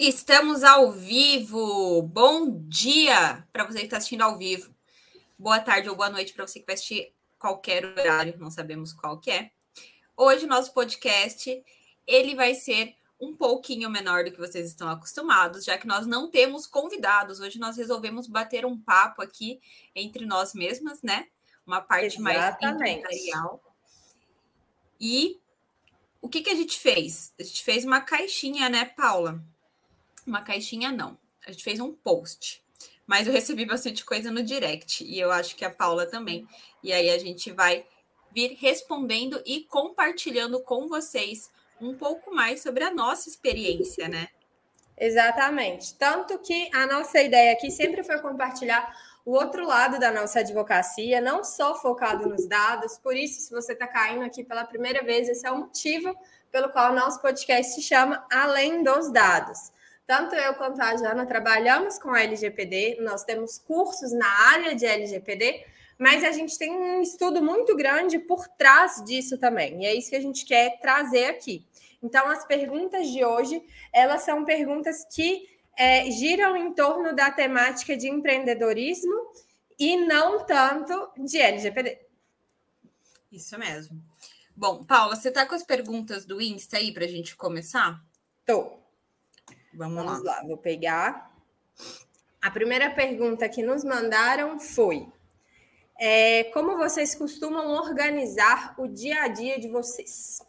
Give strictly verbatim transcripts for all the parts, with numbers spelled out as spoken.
Estamos ao vivo. Bom dia para você que está assistindo ao vivo. Boa tarde ou boa noite para você que vai assistir qualquer horário, não sabemos qual que é. Hoje, nosso podcast, ele vai ser um pouquinho menor do que vocês estão acostumados, já que nós não temos convidados. Hoje nós resolvemos bater um papo aqui entre nós mesmas, né? Uma parte Exatamente. mais empresarial. E o que, que a gente fez? A gente fez uma caixinha, né, Paula? Uma caixinha não, a gente fez um post, mas eu recebi bastante coisa no direct e eu acho que a Paula também. E aí a gente vai vir respondendo e compartilhando com vocês um pouco mais sobre a nossa experiência, né? Exatamente. Tanto que a nossa ideia aqui sempre foi compartilhar o outro lado da nossa advocacia, não só focado nos dados. Por isso, se você está caindo aqui pela primeira vez, esse é o motivo pelo qual o nosso podcast se chama Além dos Dados. Tanto eu quanto a Jana trabalhamos com L G P D, nós temos cursos na área de L G P D, mas a gente tem um estudo muito grande por trás disso também. E é isso que a gente quer trazer aqui. Então, as perguntas de hoje, elas são perguntas que é, giram em torno da temática de empreendedorismo e não tanto de L G P D. Isso mesmo. Bom, Paula, você está com as perguntas do Insta aí para a gente começar? Tô. Vamos, Vamos lá. lá, vou pegar. A primeira pergunta que nos mandaram foi: é, como vocês costumam organizar o dia a dia de vocês?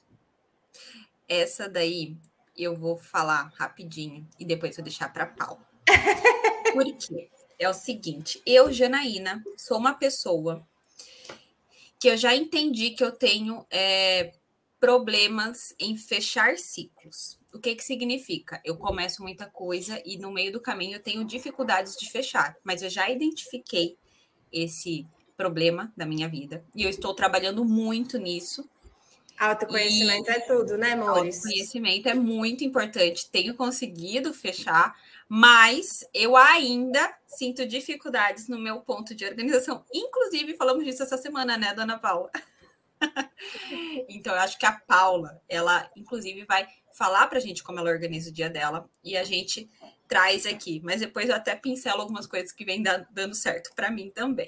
Essa daí eu vou falar rapidinho e depois vou deixar para a Paula. Por quê? É o seguinte, eu, Janaína, sou uma pessoa que eu já entendi que eu tenho é, problemas em fechar ciclos. O que que significa? Eu começo muita coisa e no meio do caminho eu tenho dificuldades de fechar, mas eu já identifiquei esse problema da minha vida e eu estou trabalhando muito nisso. Autoconhecimento e... é tudo, né, amores? Autoconhecimento é muito importante. Tenho conseguido fechar, mas eu ainda sinto dificuldades no meu ponto de organização. Inclusive, falamos disso essa semana, né, dona Paula? Então, eu acho que a Paula, ela, inclusive, vai falar para a gente como ela organiza o dia dela e a gente traz aqui. Mas depois eu até pincelo algumas coisas que vêm dando certo para mim também.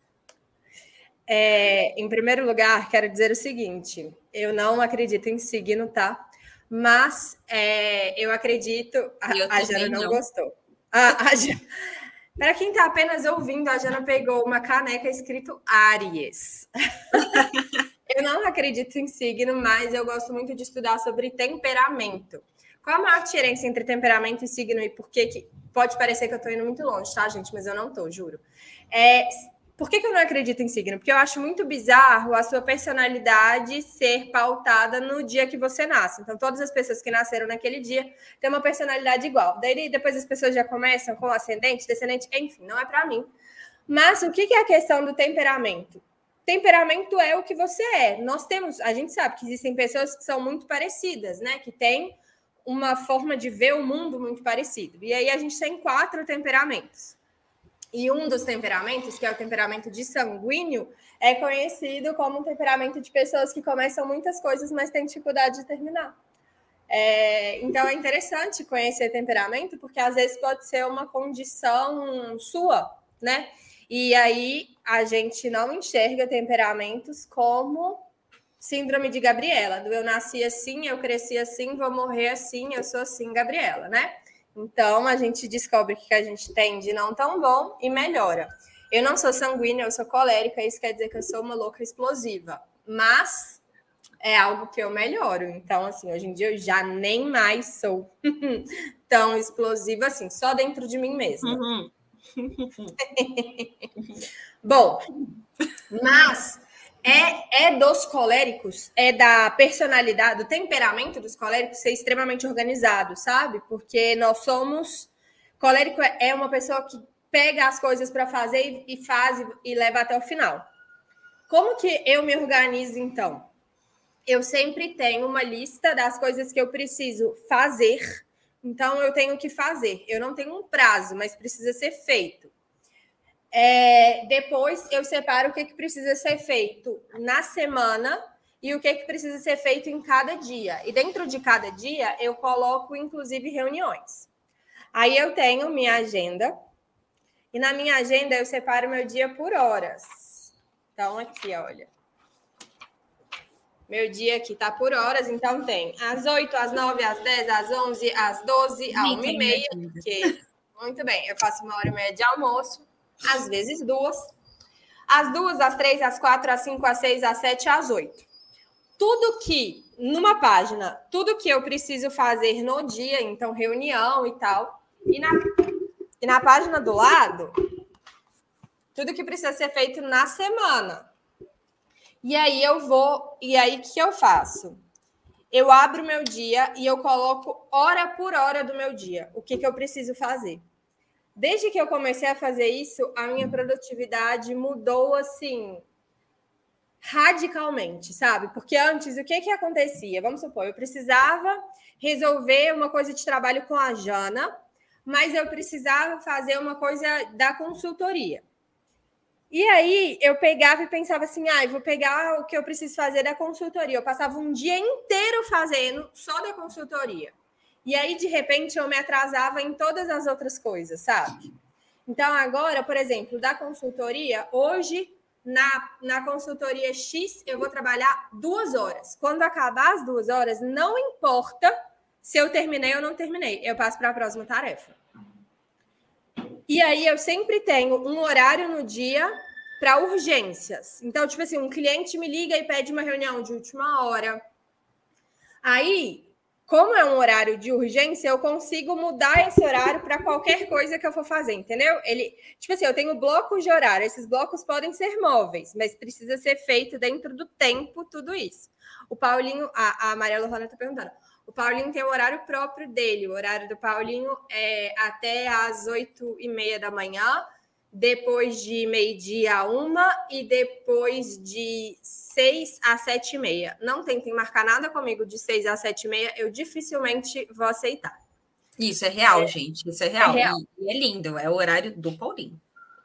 É, em primeiro lugar, quero dizer o seguinte: eu não acredito em signo, tá? Mas é, eu acredito. A, eu a Jana não, não gostou. A, a Jana... Para quem está apenas ouvindo, a Jana pegou uma caneca escrito Áries. Eu não acredito em signo, mas eu gosto muito de estudar sobre temperamento. Qual a maior diferença entre temperamento e signo e por que que pode parecer que eu estou indo muito longe, tá, gente? Mas eu não estou, juro. É, por que que eu não acredito em signo? Porque eu acho muito bizarro a sua personalidade ser pautada no dia que você nasce. Então, todas as pessoas que nasceram naquele dia têm uma personalidade igual. Daí, depois as pessoas já começam com ascendente, descendente, enfim, não é para mim. Mas o que que é a questão do temperamento? Temperamento é o que você é. Nós temos, a gente sabe que existem pessoas que são muito parecidas, né? Que têm uma forma de ver o mundo muito parecido. E aí a gente tem quatro temperamentos. E um dos temperamentos, que é o temperamento de sanguíneo, é conhecido como um temperamento de pessoas que começam muitas coisas, mas têm dificuldade de terminar. É, então é interessante conhecer temperamento, porque às vezes pode ser uma condição sua, né? E aí a gente não enxerga temperamentos como síndrome de Gabriela, do eu nasci assim, eu cresci assim, vou morrer assim, eu sou assim, Gabriela, né? Então a gente descobre o que a gente tem de não tão bom e melhora. Eu não sou sanguínea, eu sou colérica, isso quer dizer que eu sou uma louca explosiva, mas é algo que eu melhoro. Então, assim, hoje em dia eu já nem mais sou tão explosiva assim, só dentro de mim mesma. Uhum. Bom, mas é, é dos coléricos, é da personalidade, do temperamento dos coléricos ser extremamente organizado, sabe? Porque nós somos... Colérico é uma pessoa que pega as coisas para fazer e, e faz e leva até o final. Como que eu me organizo, então? Eu sempre tenho uma lista das coisas que eu preciso fazer, então eu tenho que fazer. Eu não tenho um prazo, mas precisa ser feito. É, depois eu separo o que, que precisa ser feito na semana e o que, que precisa ser feito em cada dia. E dentro de cada dia, eu coloco, inclusive, reuniões. Aí eu tenho minha agenda, e na minha agenda eu separo meu dia por horas. Então, aqui, olha. Meu dia aqui tá por horas, então tem às oito, às nove, às dez, às onze, às doze, à uma e meia. Porque, muito bem, eu faço uma hora e meia de almoço, às vezes duas. Às duas, às três, às quatro, às cinco, às seis, às sete, às oito. Tudo que, numa página, tudo que eu preciso fazer no dia, então reunião e tal, e na, e na página do lado, tudo que precisa ser feito na semana. E aí eu vou, e aí o que eu faço? Eu abro meu dia e eu coloco hora por hora do meu dia, o que, que eu preciso fazer. Desde que eu comecei a fazer isso, a minha produtividade mudou, assim, radicalmente, sabe? Porque antes, o que que acontecia? Vamos supor, eu precisava resolver uma coisa de trabalho com a Jana, mas eu precisava fazer uma coisa da consultoria. E aí, eu pegava e pensava assim, ah, eu vou pegar o que eu preciso fazer da consultoria. Eu passava um dia inteiro fazendo só da consultoria. E aí, de repente, eu me atrasava em todas as outras coisas, sabe? Então, agora, por exemplo, da consultoria, hoje, na, na consultoria X, eu vou trabalhar duas horas. Quando acabar as duas horas, não importa se eu terminei ou não terminei. Eu passo para a próxima tarefa. E aí, eu sempre tenho um horário no dia para urgências. Então, tipo assim, um cliente me liga e pede uma reunião de última hora. Aí, como é um horário de urgência, eu consigo mudar esse horário para qualquer coisa que eu for fazer, entendeu? Ele, tipo assim, eu tenho blocos de horário. Esses blocos podem ser móveis, mas precisa ser feito dentro do tempo, tudo isso. O Paulinho, a, a Maria Lohana está perguntando. O Paulinho tem o horário próprio dele. O horário do Paulinho é até às oito e meia da manhã, depois de meio-dia a uma e depois de seis às sete e meia. Não tentem marcar nada comigo de seis às sete e meia, eu dificilmente vou aceitar. Isso é real, é, gente. Isso é real. É real. E é lindo. É o horário do Paulinho.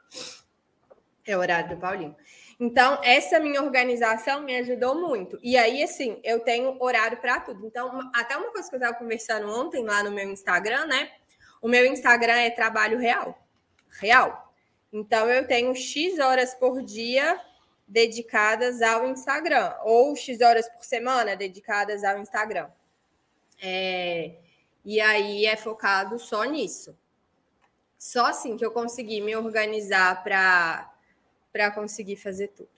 É o horário do Paulinho. Então, essa minha organização me ajudou muito. E aí, assim, eu tenho horário para tudo. Então, até uma coisa que eu estava conversando ontem lá no meu Instagram, né? O meu Instagram é trabalho real. Real. Então, eu tenho X horas por dia dedicadas ao Instagram. Ou X horas por semana dedicadas ao Instagram. É, e aí, é focado só nisso. Só assim que eu consegui me organizar para... para conseguir fazer tudo.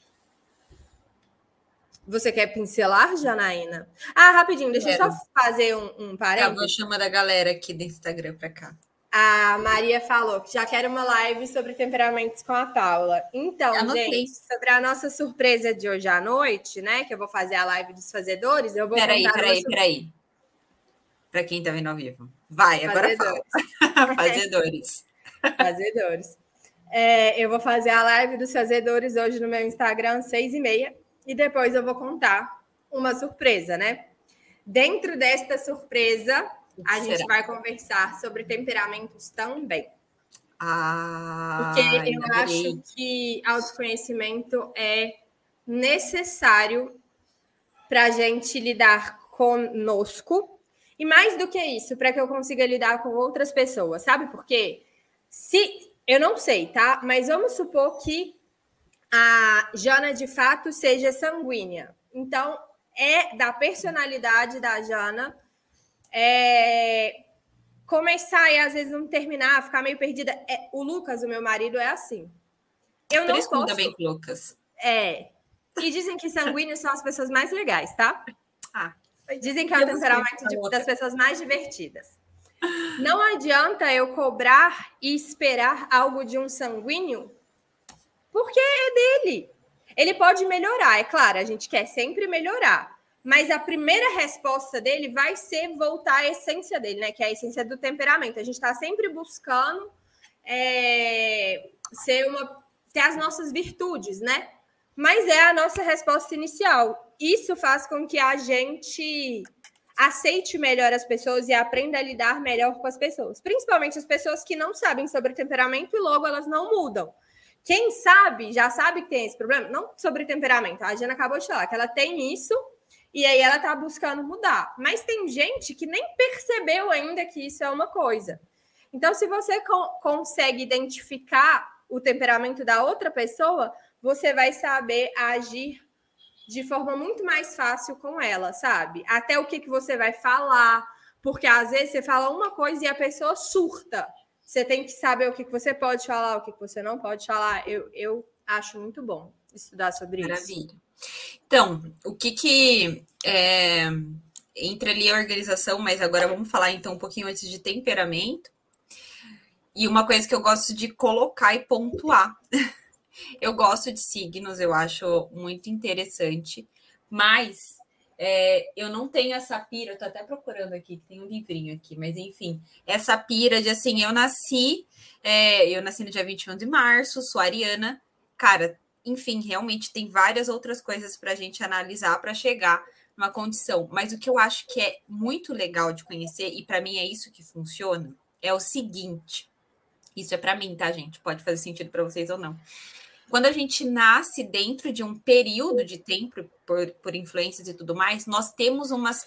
Você quer pincelar, Janaína? Ah, rapidinho, deixa Quero. eu só fazer um, um parênteses. Eu vou chamar a galera aqui do Instagram para cá. A Maria falou que já quer uma live sobre temperamentos com a Paula. Então, gente, sobre a nossa surpresa de hoje à noite, né? Que eu vou fazer a live dos fazedores, eu vou Peraí, peraí, peraí. Para quem tá vendo ao vivo. Vai, agora fala. Fazedores. Fazedores. É, eu vou fazer a live dos fazedores hoje no meu Instagram, seis e meia, e depois eu vou contar uma surpresa, né? Dentro desta surpresa, a Será? gente vai conversar sobre temperamentos também. Ah, Porque eu adorei. acho que autoconhecimento é necessário para a gente lidar conosco, e mais do que isso, para que eu consiga lidar com outras pessoas, sabe por quê? Se... Eu não sei, tá? Mas vamos supor que a Jana, de fato, seja sanguínea. Então, é da personalidade da Jana é, começar e, às vezes, não terminar, ficar meio perdida. É, o Lucas, o meu marido, é assim. Eu não posso... também, Lucas. É. E dizem que sanguíneos são as pessoas mais legais, tá? Ah. Dizem que é o temperamento de, das pessoas mais divertidas. Não adianta eu cobrar e esperar algo de um sanguíneo, porque é dele. Ele pode melhorar, é claro, a gente quer sempre melhorar. Mas a primeira resposta dele vai ser voltar à essência dele, né? Que é a essência do temperamento. A gente está sempre buscando é, ser uma, ter as nossas virtudes, né? Mas é a nossa resposta inicial. Isso faz com que a gente... aceite melhor as pessoas e aprenda a lidar melhor com as pessoas. Principalmente as pessoas que não sabem sobre temperamento e logo elas não mudam. Quem sabe, já sabe que tem esse problema, não sobre temperamento. A Jana acabou de falar que ela tem isso e aí ela tá buscando mudar. Mas tem gente que nem percebeu ainda que isso é uma coisa. Então, se você co consegue identificar o temperamento da outra pessoa, você vai saber agir de forma muito mais fácil com ela, sabe? Até o que, que você vai falar, porque às vezes você fala uma coisa e a pessoa surta. Você tem que saber o que, que você pode falar, o que, que você não pode falar. Eu, eu acho muito bom estudar sobre Maravilha. isso. Então, o que que é, entra ali a organização, mas agora vamos falar então um pouquinho antes de temperamento. E uma coisa que eu gosto de colocar e pontuar. Eu gosto de signos, eu acho muito interessante, mas é, eu não tenho essa pira, eu tô até procurando aqui, que tem um livrinho aqui, mas enfim, essa pira de assim, eu nasci, é, eu nasci no dia vinte e um de março, sou ariana, cara, enfim, realmente tem várias outras coisas para a gente analisar para chegar numa condição, mas o que eu acho que é muito legal de conhecer, e para mim é isso que funciona, é o seguinte, isso é para mim, tá, gente? Pode fazer sentido para vocês ou não. Quando a gente nasce dentro de um período de tempo, por, por influências e tudo mais, nós temos umas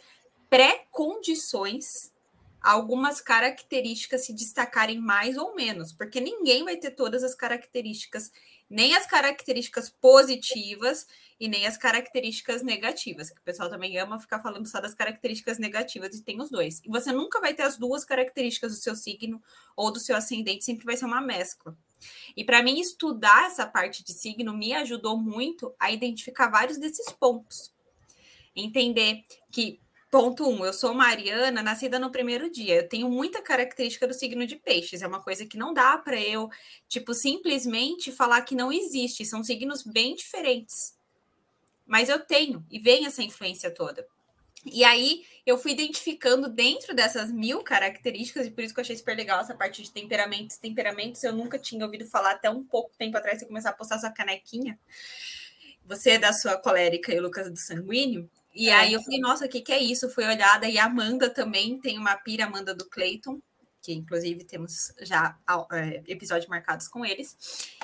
pré-condições, algumas características se destacarem mais ou menos, porque ninguém vai ter todas as características, nem as características positivas e nem as características negativas, que o pessoal também ama ficar falando só das características negativas e tem os dois. E você nunca vai ter as duas características do seu signo ou do seu ascendente, sempre vai ser uma mescla. E para mim, estudar essa parte de signo me ajudou muito a identificar vários desses pontos. Entender que, ponto um, eu sou Mariana, nascida no primeiro dia. Eu tenho muita característica do signo de peixes. É uma coisa que não dá para eu, tipo, simplesmente falar que não existe. São signos bem diferentes. Mas eu tenho, e vem essa influência toda. E aí, eu fui identificando dentro dessas mil características, e por isso que eu achei super legal essa parte de temperamentos. Temperamentos eu nunca tinha ouvido falar até um pouco tempo atrás, você começar a postar sua canequinha. Você é da sua colérica e o Lucas do sanguíneo. E é. Aí eu falei, nossa, o que, que é isso? Fui olhada, e a Amanda também tem uma pira, Amanda do Clayton, que inclusive temos já é, episódios marcados com eles.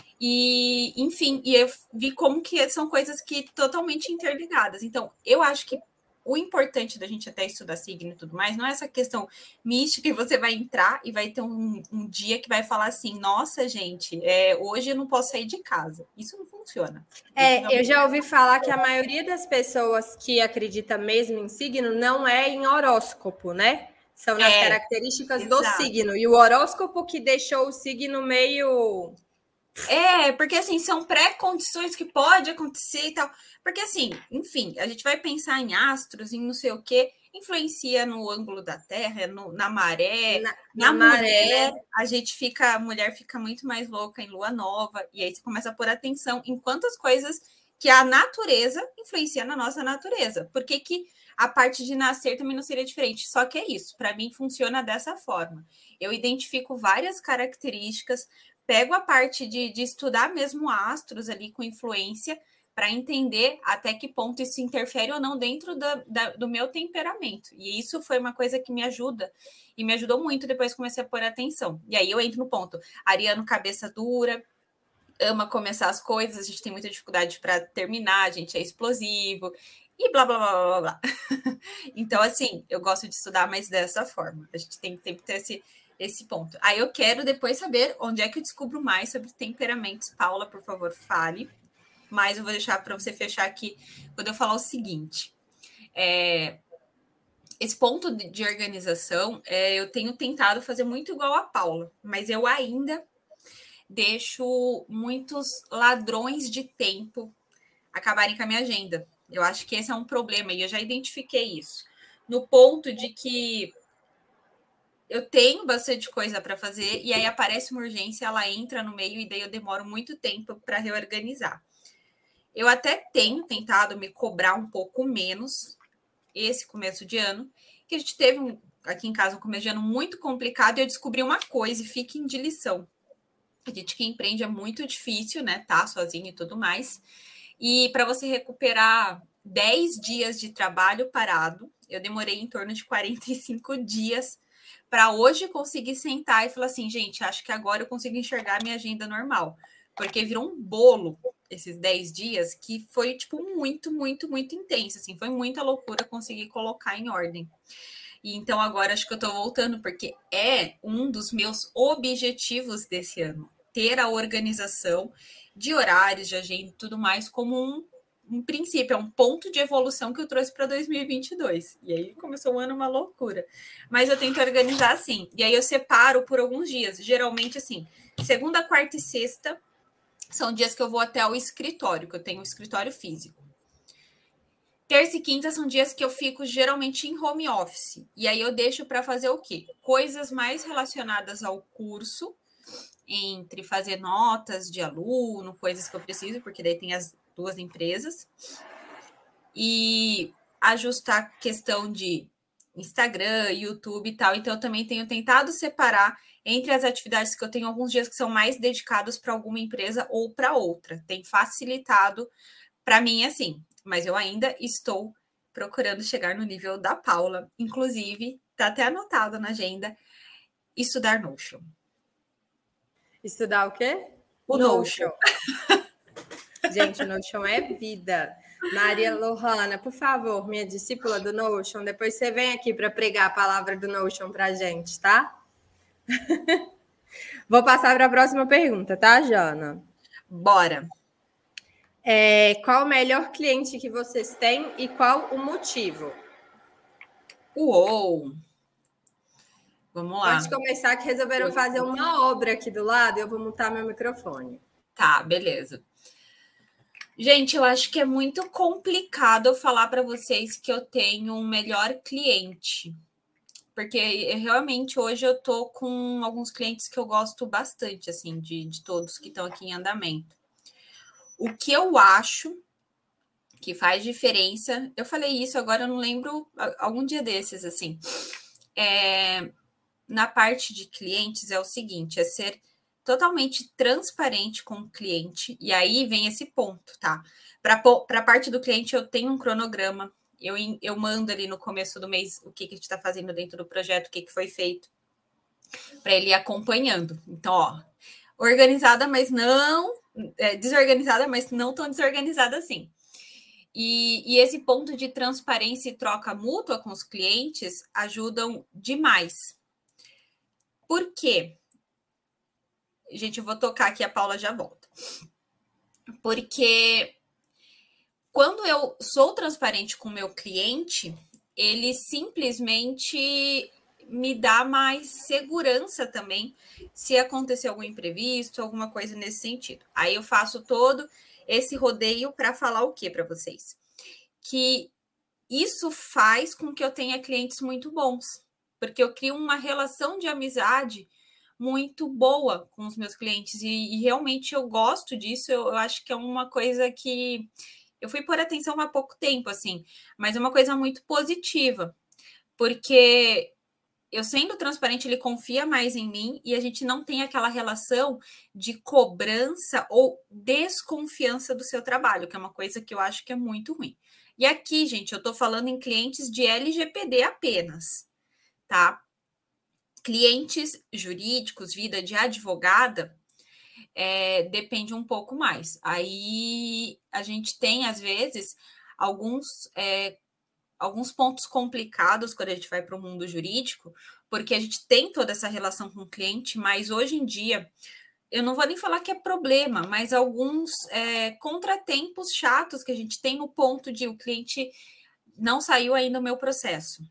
E, enfim, e eu vi como que são coisas que totalmente interligadas. Então, eu acho que o importante da gente até estudar signo e tudo mais, não é essa questão mística que você vai entrar e vai ter um, um dia que vai falar assim, nossa, gente, é, hoje eu não posso sair de casa. Isso não funciona. É, eu já ouvi falar que a maioria das pessoas que acredita mesmo em signo não é em horóscopo, né? São nas é, características exato. Do signo. E o horóscopo que deixou o signo meio... É, porque assim, são pré-condições que pode acontecer e tal. Porque assim, enfim, a gente vai pensar em astros, em não sei o quê, influencia no ângulo da Terra, no, na maré, na, na, na mulher, né? A gente fica, a mulher fica muito mais louca em lua nova, e aí você começa a pôr atenção em quantas coisas que a natureza influencia na nossa natureza. Por que que a parte de nascer também não seria diferente? Só que é isso, para mim funciona dessa forma. Eu identifico várias características, pego a parte de, de estudar mesmo astros ali com influência para entender até que ponto isso interfere ou não dentro da, da, do meu temperamento. E isso foi uma coisa que me ajuda e me ajudou muito depois que comecei a pôr atenção. E aí eu entro no ponto. Ariano, cabeça dura, ama começar as coisas, a gente tem muita dificuldade para terminar, a gente é explosivo e blá, blá, blá, blá, blá. Então, assim, eu gosto de estudar mais dessa forma. A gente tem, tem que ter esse... esse ponto. Aí eu quero depois saber onde é que eu descubro mais sobre temperamentos. Paula, por favor, fale. Mas eu vou deixar para você fechar aqui quando eu falar o seguinte. É, esse ponto de organização, é, eu tenho tentado fazer muito igual a Paula, mas eu ainda deixo muitos ladrões de tempo acabarem com a minha agenda. Eu acho que esse é um problema e eu já identifiquei isso. No ponto de que eu tenho bastante coisa para fazer e aí aparece uma urgência, ela entra no meio e daí eu demoro muito tempo para reorganizar. Eu até tenho tentado me cobrar um pouco menos esse começo de ano, que a gente teve um, aqui em casa um começo de ano muito complicado e eu descobri uma coisa e fiquem de lição. A gente que empreende é muito difícil, né? Tá sozinho e tudo mais. E para você recuperar dez dias de trabalho parado, eu demorei em torno de quarenta e cinco dias para hoje conseguir sentar e falar assim, gente, acho que agora eu consigo enxergar a minha agenda normal. porque virou um bolo esses dez dias que foi, tipo, muito, muito, muito intenso, assim, foi muita loucura conseguir colocar em ordem. E então agora acho que eu tô voltando, porque é um dos meus objetivos desse ano, ter a organização de horários, de agenda e tudo mais como um, um princípio, é um ponto de evolução que eu trouxe para dois mil e vinte e dois. E aí começou o ano uma loucura. Mas eu tento organizar assim. E aí eu separo por alguns dias. Geralmente assim, segunda, quarta e sexta são dias que eu vou até o escritório, que eu tenho um escritório físico. Terça e quinta são dias que eu fico geralmente em home office. E aí eu deixo para fazer o quê? Coisas mais relacionadas ao curso, entre fazer notas de aluno, coisas que eu preciso, porque daí tem as duas empresas. E ajustar questão de Instagram, YouTube e tal. Então, eu também tenho tentado separar entre as atividades que eu tenho alguns dias que são mais dedicados para alguma empresa ou para outra. Tem facilitado para mim, assim. Mas eu ainda estou procurando chegar no nível da Paula. Inclusive, está até anotado na agenda, estudar Notion. Estudar o quê? O Notion. Notion. Gente, o Notion é vida. Maria Lohana, por favor, minha discípula do Notion, depois você vem aqui para pregar a palavra do Notion para a gente, tá? Vou passar para a próxima pergunta, tá, Jana? Bora. É, qual o melhor cliente que vocês têm e qual o motivo? Uou! Vamos lá. Pode começar que resolveram fazer uma obra aqui do lado e eu vou mutar meu microfone. Tá, beleza. Gente, eu acho que é muito complicado falar para vocês que eu tenho um melhor cliente. Porque realmente hoje eu tô com alguns clientes que eu gosto bastante, assim, de, de todos que estão aqui em andamento. O que eu acho que faz diferença, eu falei isso agora, eu não lembro, algum dia desses, assim, é, na parte de clientes é o seguinte, é ser totalmente transparente com o cliente, e aí vem esse ponto, tá? Para a parte do cliente, eu tenho um cronograma, eu, eu mando ali no começo do mês o que, que a gente está fazendo dentro do projeto, o que, que foi feito, para ele ir acompanhando. Então, ó, organizada, mas não é, desorganizada, mas não tão desorganizada assim. E, e esse ponto de transparência e troca mútua com os clientes ajudam demais. Por quê? Gente, eu vou tocar aqui, a Paula já volta. Porque quando eu sou transparente com o meu cliente, ele simplesmente me dá mais segurança também se acontecer algum imprevisto, alguma coisa nesse sentido. Aí eu faço todo esse rodeio para falar o quê para vocês? Que isso faz com que eu tenha clientes muito bons, porque eu crio uma relação de amizade muito boa com os meus clientes, e, e realmente eu gosto disso, eu, eu acho que é uma coisa que eu fui por atenção há pouco tempo, assim, mas é uma coisa muito positiva, porque eu sendo transparente, ele confia mais em mim e a gente não tem aquela relação de cobrança ou desconfiança do seu trabalho, que é uma coisa que eu acho que é muito ruim. E aqui, gente, eu estou falando em clientes de L G P D apenas, tá? Clientes jurídicos, vida de advogada, é, depende um pouco mais. Aí a gente tem, às vezes, alguns, é, alguns pontos complicados quando a gente vai para o mundo jurídico, porque a gente tem toda essa relação com o cliente, mas hoje em dia, eu não vou nem falar que é problema, mas alguns é, contratempos chatos que a gente tem no ponto de o cliente não saiu ainda o meu processo.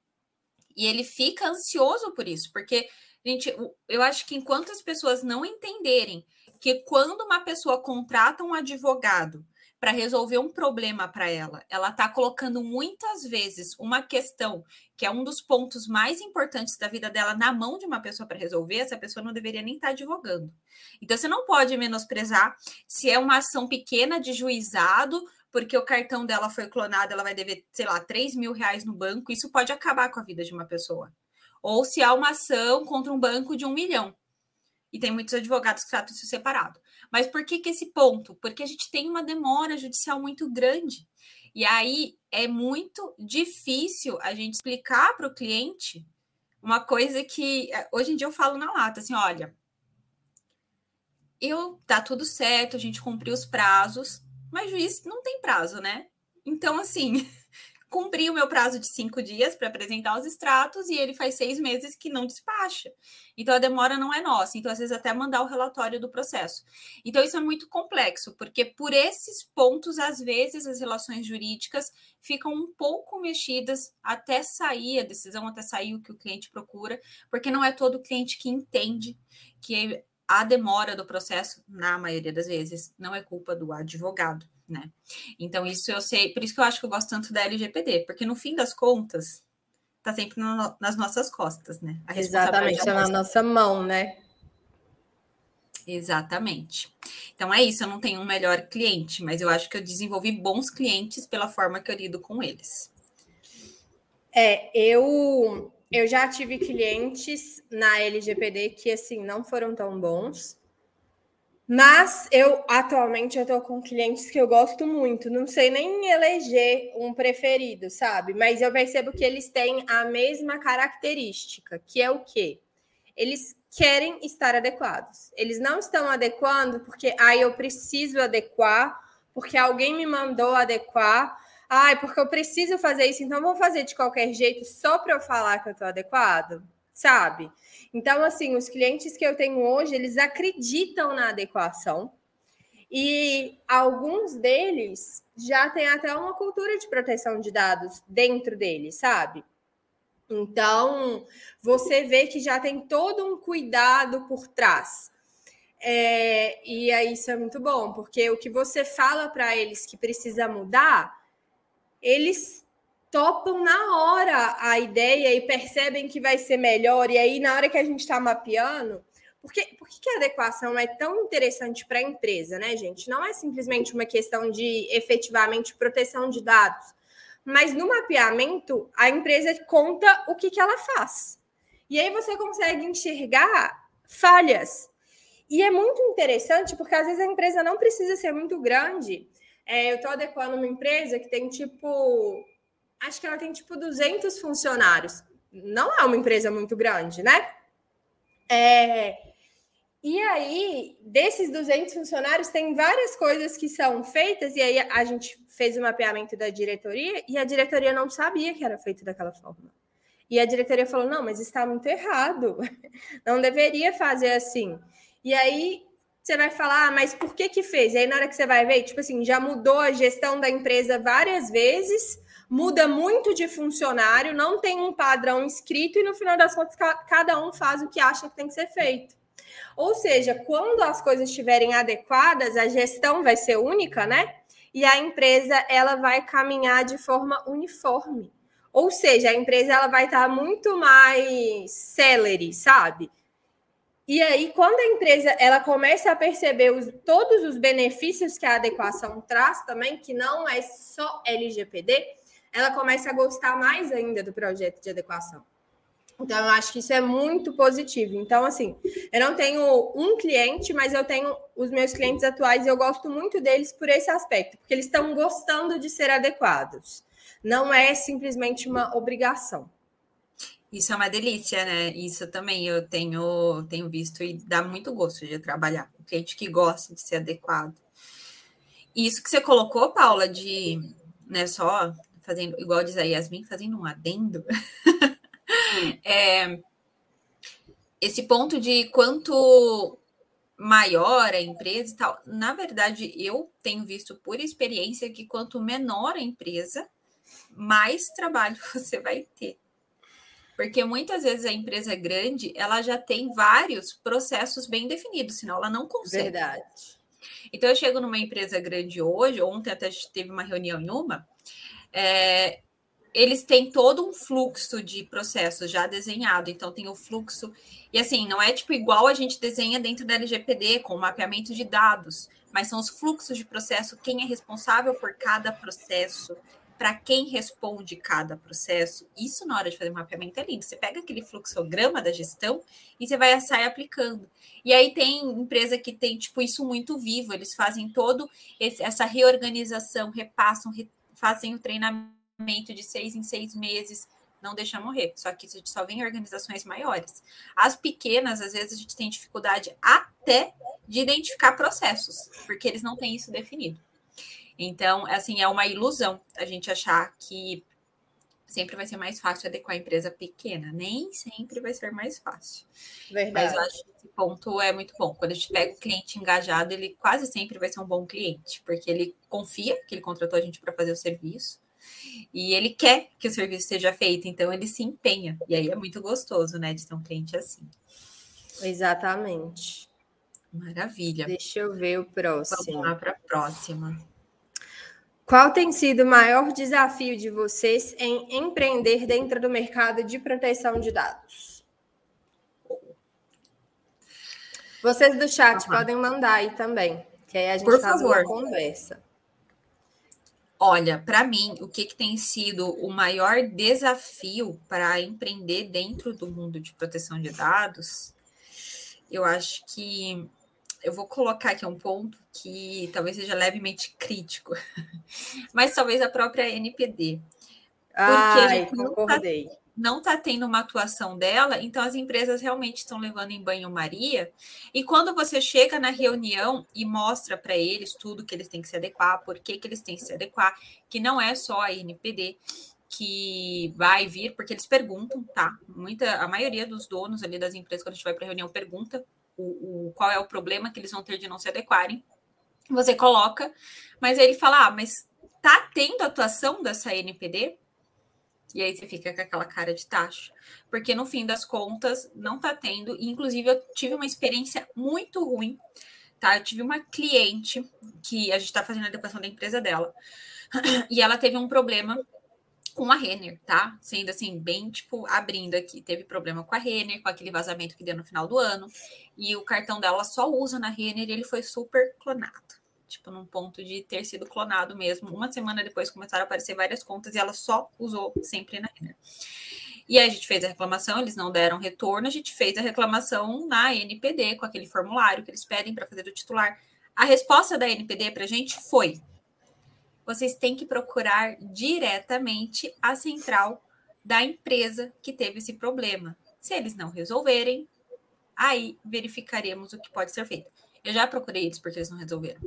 E ele fica ansioso por isso, porque, gente, eu acho que enquanto as pessoas não entenderem que quando uma pessoa contrata um advogado para resolver um problema para ela, ela está colocando muitas vezes uma questão que é um dos pontos mais importantes da vida dela na mão de uma pessoa para resolver, essa pessoa não deveria nem estar advogando. Então, você não pode menosprezar se é uma ação pequena de juizado, porque o cartão dela foi clonado, ela vai dever, sei lá, três mil reais no banco, isso pode acabar com a vida de uma pessoa. Ou se há uma ação contra um banco de um milhão. E tem muitos advogados que tratam isso separado. Mas por que, que esse ponto? Porque a gente tem uma demora judicial muito grande. E aí é muito difícil a gente explicar para o cliente uma coisa que hoje em dia eu falo na lata, assim, olha, eu tá tudo certo, a gente cumpriu os prazos, mas juiz não tem prazo, né? Então, assim, cumpri o meu prazo de cinco dias para apresentar os extratos e ele faz seis meses que não despacha. Então, a demora não é nossa. Então, às vezes, até mandar o relatório do processo. Então, isso é muito complexo, porque por esses pontos, às vezes, as relações jurídicas ficam um pouco mexidas até sair a decisão, até sair o que o cliente procura, porque não é todo cliente que entende que a demora do processo, na maioria das vezes, não é culpa do advogado, né? Então, isso eu sei, por isso que eu acho que eu gosto tanto da L G P D, porque no fim das contas, tá sempre no, nas nossas costas, né? A Exatamente, tá na nossa mão, né? Exatamente. Então é isso, eu não tenho um melhor cliente, mas eu acho que eu desenvolvi bons clientes pela forma que eu lido com eles. É, eu eu já tive clientes na L G P D que assim não foram tão bons. Mas eu atualmente eu tô com clientes que eu gosto muito, não sei nem eleger um preferido, sabe? Mas eu percebo que eles têm a mesma característica, que é o quê? Eles querem estar adequados. Eles não estão adequando porque aí ah, eu preciso adequar, porque alguém me mandou adequar. Ai, porque eu preciso fazer isso, então vou fazer de qualquer jeito só para eu falar que eu tô adequado, sabe? Então, assim, os clientes que eu tenho hoje, eles acreditam na adequação e alguns deles já têm até uma cultura de proteção de dados dentro deles, sabe? Então, você vê que já tem todo um cuidado por trás. É, e aí isso é muito bom, porque o que você fala para eles que precisa mudar, eles topam na hora a ideia e percebem que vai ser melhor. E aí, na hora que a gente está mapeando, porque, por que a adequação é tão interessante para a empresa, né, gente? Não é simplesmente uma questão de efetivamente proteção de dados, mas no mapeamento, a empresa conta o que, que ela faz. E aí você consegue enxergar falhas. E é muito interessante, porque às vezes a empresa não precisa ser muito grande. É, eu estou adequando uma empresa que tem tipo... Acho que ela tem tipo duzentos funcionários. Não é uma empresa muito grande, né? É, e aí, desses duzentos funcionários, tem várias coisas que são feitas, e aí a gente fez o mapeamento da diretoria, e a diretoria não sabia que era feito daquela forma. E a diretoria falou, não, mas está muito errado. Não deveria fazer assim. E aí, você vai falar, ah, mas por que que fez? E aí, na hora que você vai ver, tipo assim, já mudou a gestão da empresa várias vezes, muda muito de funcionário, não tem um padrão escrito, e no final das contas, cada um faz o que acha que tem que ser feito. Ou seja, quando as coisas estiverem adequadas, a gestão vai ser única, né? E a empresa ela vai caminhar de forma uniforme. Ou seja, a empresa ela vai estar muito mais célere, sabe? E aí, quando a empresa ela começa a perceber os, todos os benefícios que a adequação traz também, que não é só L G P D, ela começa a gostar mais ainda do projeto de adequação. Então, eu acho que isso é muito positivo. Então, assim, eu não tenho um cliente, mas eu tenho os meus clientes atuais e eu gosto muito deles por esse aspecto, porque eles estão gostando de ser adequados. Não é simplesmente uma obrigação. Isso é uma delícia, né? Isso também eu tenho, tenho visto e dá muito gosto de trabalhar com cliente que gosta de ser adequado. E isso que você colocou, Paula, de, né, só fazendo, igual diz a Yasmin, fazendo um adendo, é, esse ponto de quanto maior a empresa e tal, na verdade, eu tenho visto por experiência que quanto menor a empresa, mais trabalho você vai ter. Porque muitas vezes a empresa grande, ela já tem vários processos bem definidos, senão ela não consegue. Verdade. Então, eu chego numa empresa grande hoje, ontem até teve uma reunião em uma, é, eles têm todo um fluxo de processos já desenhado, então tem o fluxo, e assim, não é tipo igual a gente desenha dentro da L G P D, com mapeamento de dados, mas são os fluxos de processo, quem é responsável por cada processo, para quem responde cada processo. Isso na hora de fazer mapeamento é lindo. Você pega aquele fluxograma da gestão e você vai sair aplicando. E aí tem empresa que tem tipo isso muito vivo, eles fazem todo esse, essa reorganização, repassam, re, fazem o treinamento de seis em seis meses. não deixa morrer. Só que isso só vem em organizações maiores. As pequenas, às vezes, a gente tem dificuldade até de identificar processos, porque eles não têm isso definido. Então, assim, é uma ilusão a gente achar que sempre vai ser mais fácil adequar a empresa pequena. Nem sempre vai ser mais fácil. Verdade. Mas eu acho que esse ponto é muito bom. Quando a gente pega o cliente engajado, ele quase sempre vai ser um bom cliente, porque ele confia que ele contratou a gente para fazer o serviço e ele quer que o serviço seja feito, então ele se empenha. E aí é muito gostoso, né, de ter um cliente assim. Exatamente. Maravilha. Deixa eu ver o próximo. Vamos lá para a próxima. Qual tem sido o maior desafio de vocês em empreender dentro do mercado de proteção de dados? Vocês do chat uhum. podem mandar aí também, que aí a gente Por faz favor. uma conversa. Olha, para mim, o que, que tem sido o maior desafio para empreender dentro do mundo de proteção de dados? Eu acho que eu vou colocar aqui um ponto que talvez seja levemente crítico, mas talvez a própria N P D. Porque Ai, a gente concordei. não está tá tendo uma atuação dela, então as empresas realmente estão levando em banho-maria. E quando você chega na reunião e mostra para eles tudo que eles têm que se adequar, por que, que eles têm que se adequar, que não é só a N P D que vai vir, porque eles perguntam, tá? Muita, a maioria dos donos ali das empresas, quando a gente vai para a reunião, pergunta O, o, qual é o problema que eles vão ter de não se adequarem. Você coloca, mas aí ele fala, ah, mas tá tendo atuação dessa N P D? E aí você fica com aquela cara de tacho. Porque no fim das contas, não tá tendo. E, inclusive, eu tive uma experiência muito ruim, tá? Eu tive uma cliente que a gente tá fazendo a adequação da empresa dela. E ela teve um problema com a Renner, tá? Sendo assim, bem, tipo, abrindo aqui. Teve problema com a Renner, com aquele vazamento que deu no final do ano. E o cartão dela só usa na Renner e ele foi super clonado. Tipo, num ponto de ter sido clonado mesmo. Uma semana depois começaram a aparecer várias contas e ela só usou sempre na Renner. E aí a gente fez a reclamação, eles não deram retorno. A gente fez a reclamação na N P D, com aquele formulário que eles pedem para fazer do titular. A resposta da N P D pra gente foi: vocês têm que procurar diretamente a central da empresa que teve esse problema. Se eles não resolverem, aí verificaremos o que pode ser feito. Eu já procurei eles porque eles não resolveram.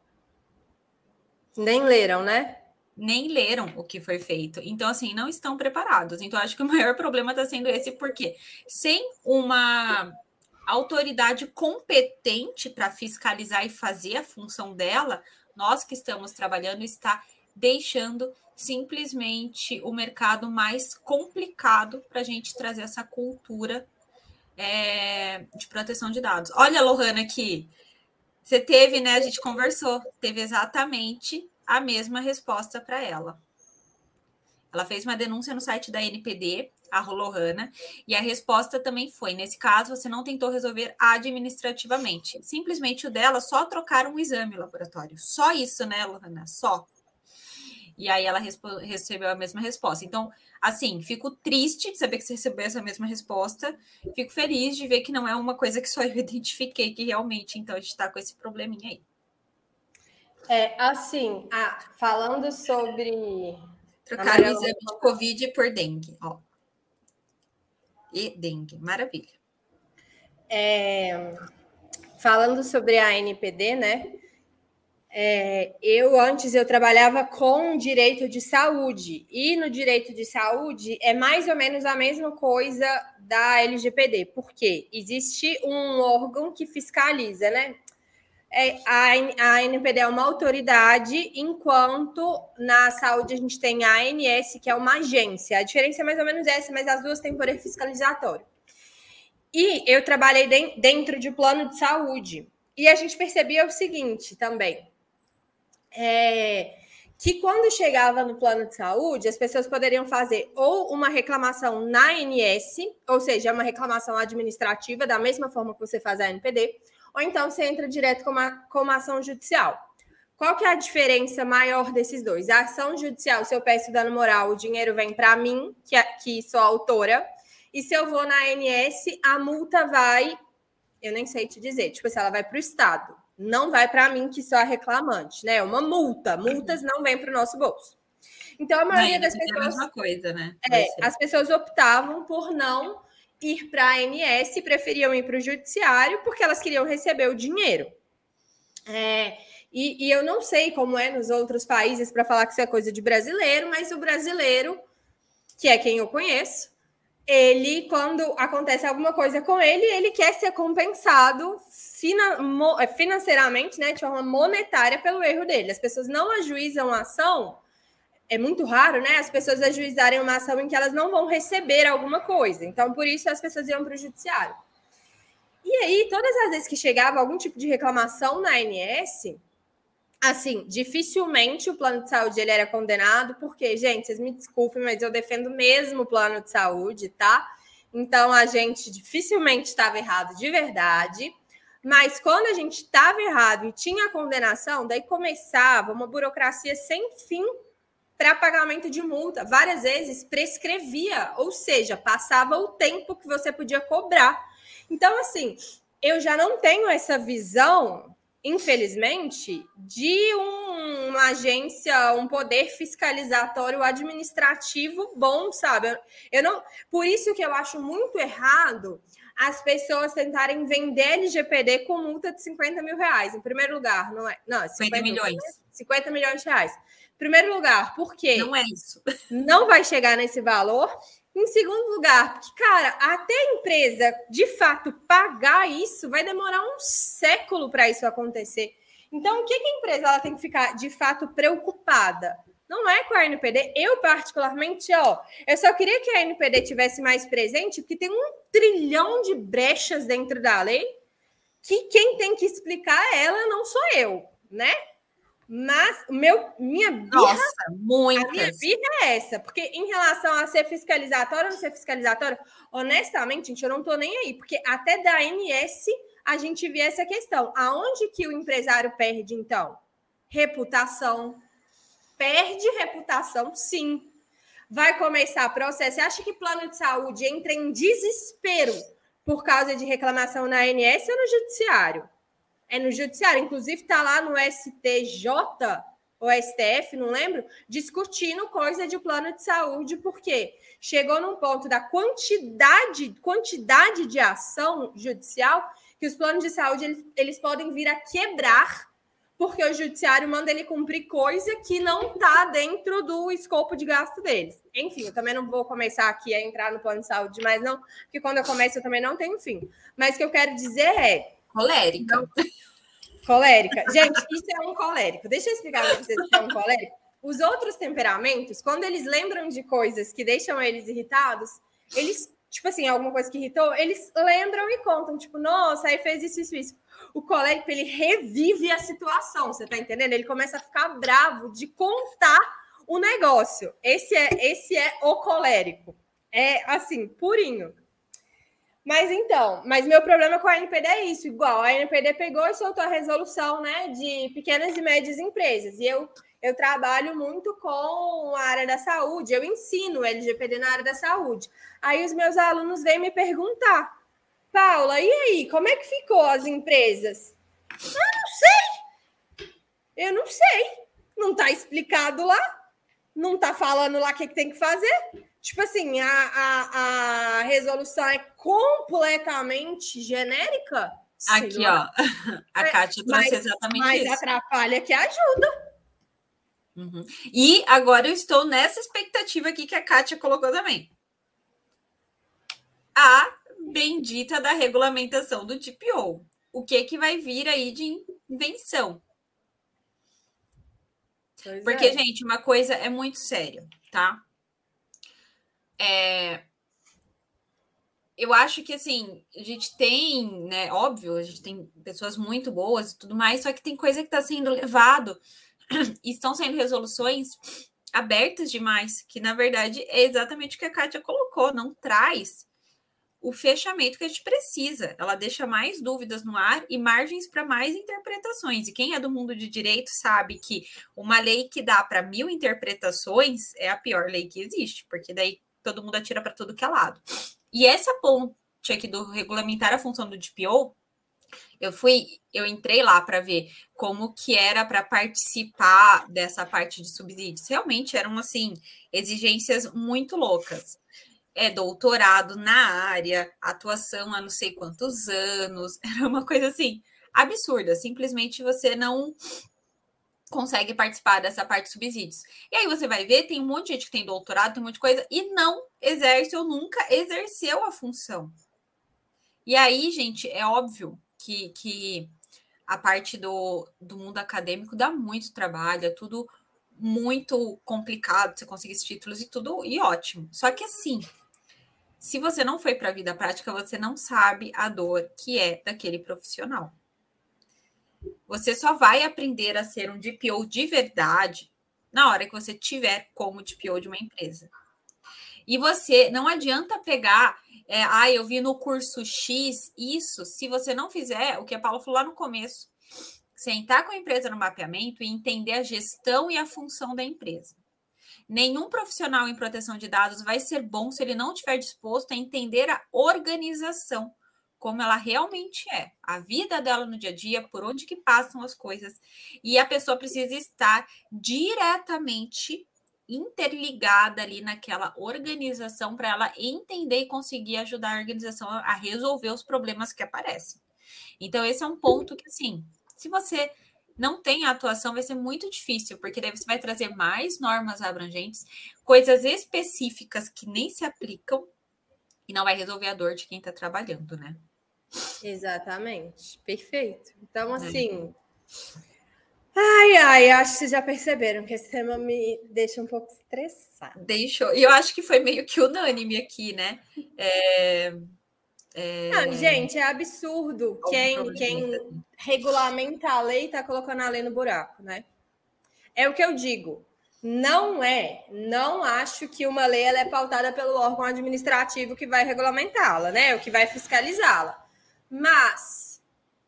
Nem leram, né? Nem leram o que foi feito. Então, assim, não estão preparados. Então, acho que o maior problema está sendo esse, porque sem uma autoridade competente para fiscalizar e fazer a função dela, nós que estamos trabalhando está deixando simplesmente o mercado mais complicado para a gente trazer essa cultura é, de proteção de dados. Olha, Lohana, aqui. Você teve, né? A gente conversou. Teve exatamente a mesma resposta para ela. Ela fez uma denúncia no site da N P D, a Lohana, e a resposta também foi: nesse caso, você não tentou resolver administrativamente. Simplesmente o dela só trocaram um exame laboratório. Só isso, né, Lohana? Só. E aí ela recebeu a mesma resposta. Então, assim, fico triste de saber que você recebeu essa mesma resposta. Fico feliz de ver que não é uma coisa que só eu identifiquei, que realmente, então, a gente está com esse probleminha aí. É, assim, ah, falando sobre... Trocar o exame de Covid por dengue, ó. E dengue, maravilha. É, falando sobre a N P D, né? É, eu antes eu trabalhava com direito de saúde, e no direito de saúde é mais ou menos a mesma coisa da L G P D, porque existe um órgão que fiscaliza, né? É, a, a N P D é uma autoridade, enquanto na saúde a gente tem a ANS, que é uma agência. A diferença é mais ou menos essa, mas as duas têm poder fiscalizatório. E eu trabalhei de, dentro de plano de saúde, e a gente percebia o seguinte também. É, que quando chegava no plano de saúde, as pessoas poderiam fazer ou uma reclamação na A N S, ou seja, uma reclamação administrativa, da mesma forma que você faz a N P D, ou então você entra direto com uma, com uma ação judicial. Qual que é a diferença maior desses dois? A ação judicial, se eu peço dano moral, o dinheiro vem para mim, que, é, que sou autora, e se eu vou na A N S, a multa vai, eu nem sei te dizer, tipo assim, ela vai para o Estado. Não vai para mim, que sou a reclamante, né? Uma multa. Multas não vêm para o nosso bolso. Então, a maioria não, das é pessoas... a mesma coisa, né? É, as pessoas optavam por não ir para a A N S, preferiam ir para o judiciário, porque elas queriam receber o dinheiro. É, e, e eu não sei como é nos outros países para falar que isso é coisa de brasileiro, mas o brasileiro, que é quem eu conheço, ele, quando acontece alguma coisa com ele, ele quer ser compensado financeiramente, né, de forma monetária pelo erro dele. As pessoas não ajuizam a ação, é muito raro, né, as pessoas ajuizarem uma ação em que elas não vão receber alguma coisa. Então, por isso, as pessoas iam para o judiciário. E aí, todas as vezes que chegava algum tipo de reclamação na A N S, assim, dificilmente o plano de saúde ele era condenado, porque, gente, vocês me desculpem, mas eu defendo mesmo o plano de saúde, tá? Então, a gente dificilmente estava errado de verdade, mas quando a gente estava errado e tinha a condenação, daí começava uma burocracia sem fim para pagamento de multa. Várias vezes prescrevia, ou seja, passava o tempo que você podia cobrar. Então, assim, eu já não tenho essa visão, infelizmente, de um, uma agência, um poder fiscalizatório administrativo bom, sabe? Eu, eu não, por isso que eu acho muito errado as pessoas tentarem vender L G P D com multa de cinquenta mil reais. Em primeiro lugar, não é? Não, cinquenta milhões. cinquenta milhões de reais. Em primeiro lugar, porque não é isso. Não vai chegar nesse valor. Em segundo lugar, porque, cara, até a empresa de fato pagar isso, vai demorar um século para isso acontecer. Então, o que, que a empresa ela tem que ficar de fato preocupada? Não é com a N P D. Eu, particularmente, ó, eu só queria que a N P D tivesse mais presente, porque tem um trilhão de brechas dentro da lei que quem tem que explicar ela não sou eu, né? Mas meu, minha birra, Nossa, muitas. A minha birra é essa, porque em relação a ser fiscalizatório ou não ser fiscalizatório, honestamente, gente, eu não tô nem aí, porque até da A N S a gente vê essa questão. Aonde que o empresário perde, então? Reputação. Perde reputação, sim. Vai começar processo. Você acha que plano de saúde entra em desespero por causa de reclamação na A N S ou no judiciário? É no judiciário, inclusive está lá no S T J ou S T F, não lembro, discutindo coisa de plano de saúde, porque chegou num ponto da quantidade, quantidade de ação judicial que os planos de saúde eles, eles podem vir a quebrar, porque o judiciário manda ele cumprir coisa que não está dentro do escopo de gasto deles. Enfim, eu também não vou começar aqui a entrar no plano de saúde, mas não, porque quando eu começo eu também não tenho fim. Mas o que eu quero dizer é... Colérica. Não, colérica. Gente, isso é um colérico. Deixa eu explicar para vocês o que é um colérico. Os outros temperamentos, quando eles lembram de coisas que deixam eles irritados, eles, tipo assim, alguma coisa que irritou, eles lembram e contam, tipo, nossa, aí fez isso, isso, isso. O colérico, ele revive a situação, você tá entendendo? Ele começa a ficar bravo de contar o negócio. Esse é, esse é o colérico. É, assim, purinho. Mas então, mas meu problema com a N P D é isso, igual a N P D pegou e soltou a resolução, né, de pequenas e médias empresas, e eu, eu trabalho muito com a área da saúde, eu ensino L G P D na área da saúde, aí os meus alunos vêm me perguntar, Paula, e aí, como é que ficou as empresas? Eu não sei, eu não sei, não está explicado lá, não está falando lá o que, que tem que fazer. Tipo assim, a, a, a resolução é completamente genérica? Aqui, sim, ó. A Kátia trouxe exatamente mas isso. Mas atrapalha que ajuda. Uhum. E agora eu estou nessa expectativa aqui que a Kátia colocou também. A bendita da regulamentação do T P O. O que que vai vir aí de invenção? Pois Porque, é. gente, uma coisa é muito séria, tá? É, eu acho que, assim, a gente tem, né, óbvio, a gente tem pessoas muito boas e tudo mais, só que tem coisa que está sendo levado e estão sendo resoluções abertas demais, que, na verdade, é exatamente o que a Kátia colocou, não traz o fechamento que a gente precisa. Ela deixa mais dúvidas no ar e margens para mais interpretações. E quem é do mundo de direito sabe que uma lei que dá para mil interpretações é a pior lei que existe, porque daí todo mundo atira para tudo que é lado. E essa ponte aqui do regulamentar a função do D P O, Eu fui, eu entrei lá para ver como que era para participar dessa parte de subsídios. Realmente eram, assim, exigências muito loucas. É doutorado na área, atuação há não sei quantos anos, era uma coisa assim absurda, simplesmente você não consegue participar dessa parte de subsídios. E aí você vai ver, tem um monte de gente que tem doutorado, tem um monte de coisa, e não exerce ou nunca exerceu a função. E aí, gente, é óbvio que, que a parte do, do mundo acadêmico dá muito trabalho, é tudo muito complicado, você conseguir esses títulos e tudo, e ótimo. Só que assim, se você não foi para a vida prática, você não sabe a dor que é daquele profissional. Você só vai aprender a ser um D P O de verdade na hora que você tiver como D P O de uma empresa. E você, não adianta pegar, é, ah, eu vi no curso X isso, se você não fizer o que a Paula falou lá no começo, sentar com a empresa no mapeamento e entender a gestão e a função da empresa. Nenhum profissional em proteção de dados vai ser bom se ele não estiver disposto a entender a organização, como ela realmente é, a vida dela no dia a dia, por onde que passam as coisas. E a pessoa precisa estar diretamente interligada ali naquela organização para ela entender e conseguir ajudar a organização a resolver os problemas que aparecem. Então, esse é um ponto que, assim, se você não tem a atuação, vai ser muito difícil, porque daí você vai trazer mais normas abrangentes, coisas específicas que nem se aplicam e não vai resolver a dor de quem está trabalhando, né? Exatamente. Perfeito. Então, assim... É. Ai, ai, acho que vocês já perceberam que esse tema me deixa um pouco estressada. Deixou. E eu acho que foi meio que unânime aqui, né? É... É... Não, gente, é absurdo quem, quem regulamenta a lei está colocando a lei no buraco, né? É o que eu digo. Não é, não acho que uma lei ela é pautada pelo órgão administrativo que vai regulamentá-la, né? O que vai fiscalizá-la. Mas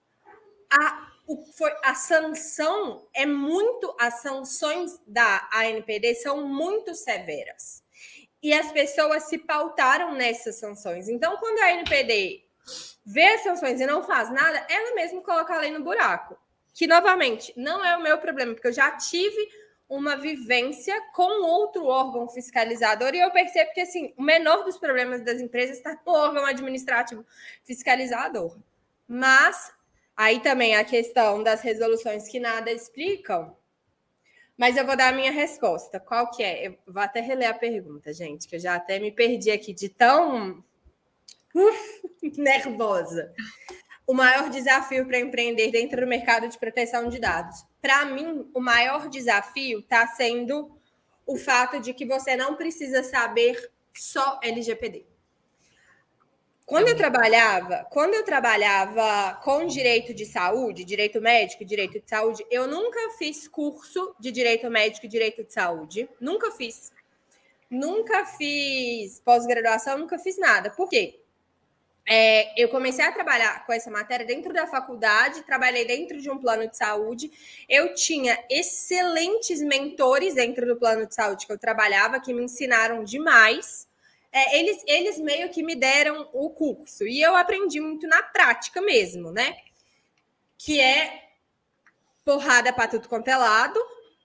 a, o, foi, a sanção é muito, as sanções da A N P D são muito severas. E as pessoas se pautaram nessas sanções. Então, quando a A N P D vê as sanções e não faz nada, ela mesma coloca a lei no buraco. Que, novamente, não é o meu problema, porque eu já tive uma vivência com outro órgão fiscalizador e eu percebo que, assim, o menor dos problemas das empresas está no órgão administrativo fiscalizador. Mas, aí também a questão das resoluções que nada explicam, mas eu vou dar a minha resposta. Qual que é? Eu vou até reler a pergunta, gente, que eu já até me perdi aqui de tão uf, nervosa. O maior desafio para empreender dentro do mercado de proteção de dados. Para mim, o maior desafio está sendo o fato de que você não precisa saber só L G P D. Quando eu trabalhava, quando eu trabalhava com direito de saúde, direito médico, direito de saúde, eu nunca fiz curso de direito médico e direito de saúde. Nunca fiz. Nunca fiz pós-graduação, nunca fiz nada. Por quê? É, eu comecei a trabalhar com essa matéria dentro da faculdade, trabalhei dentro de um plano de saúde. Eu tinha excelentes mentores dentro do plano de saúde que eu trabalhava, que me ensinaram demais. É, eles, eles meio que me deram o curso. E eu aprendi muito na prática mesmo, né? Que é porrada para tudo quanto é lado.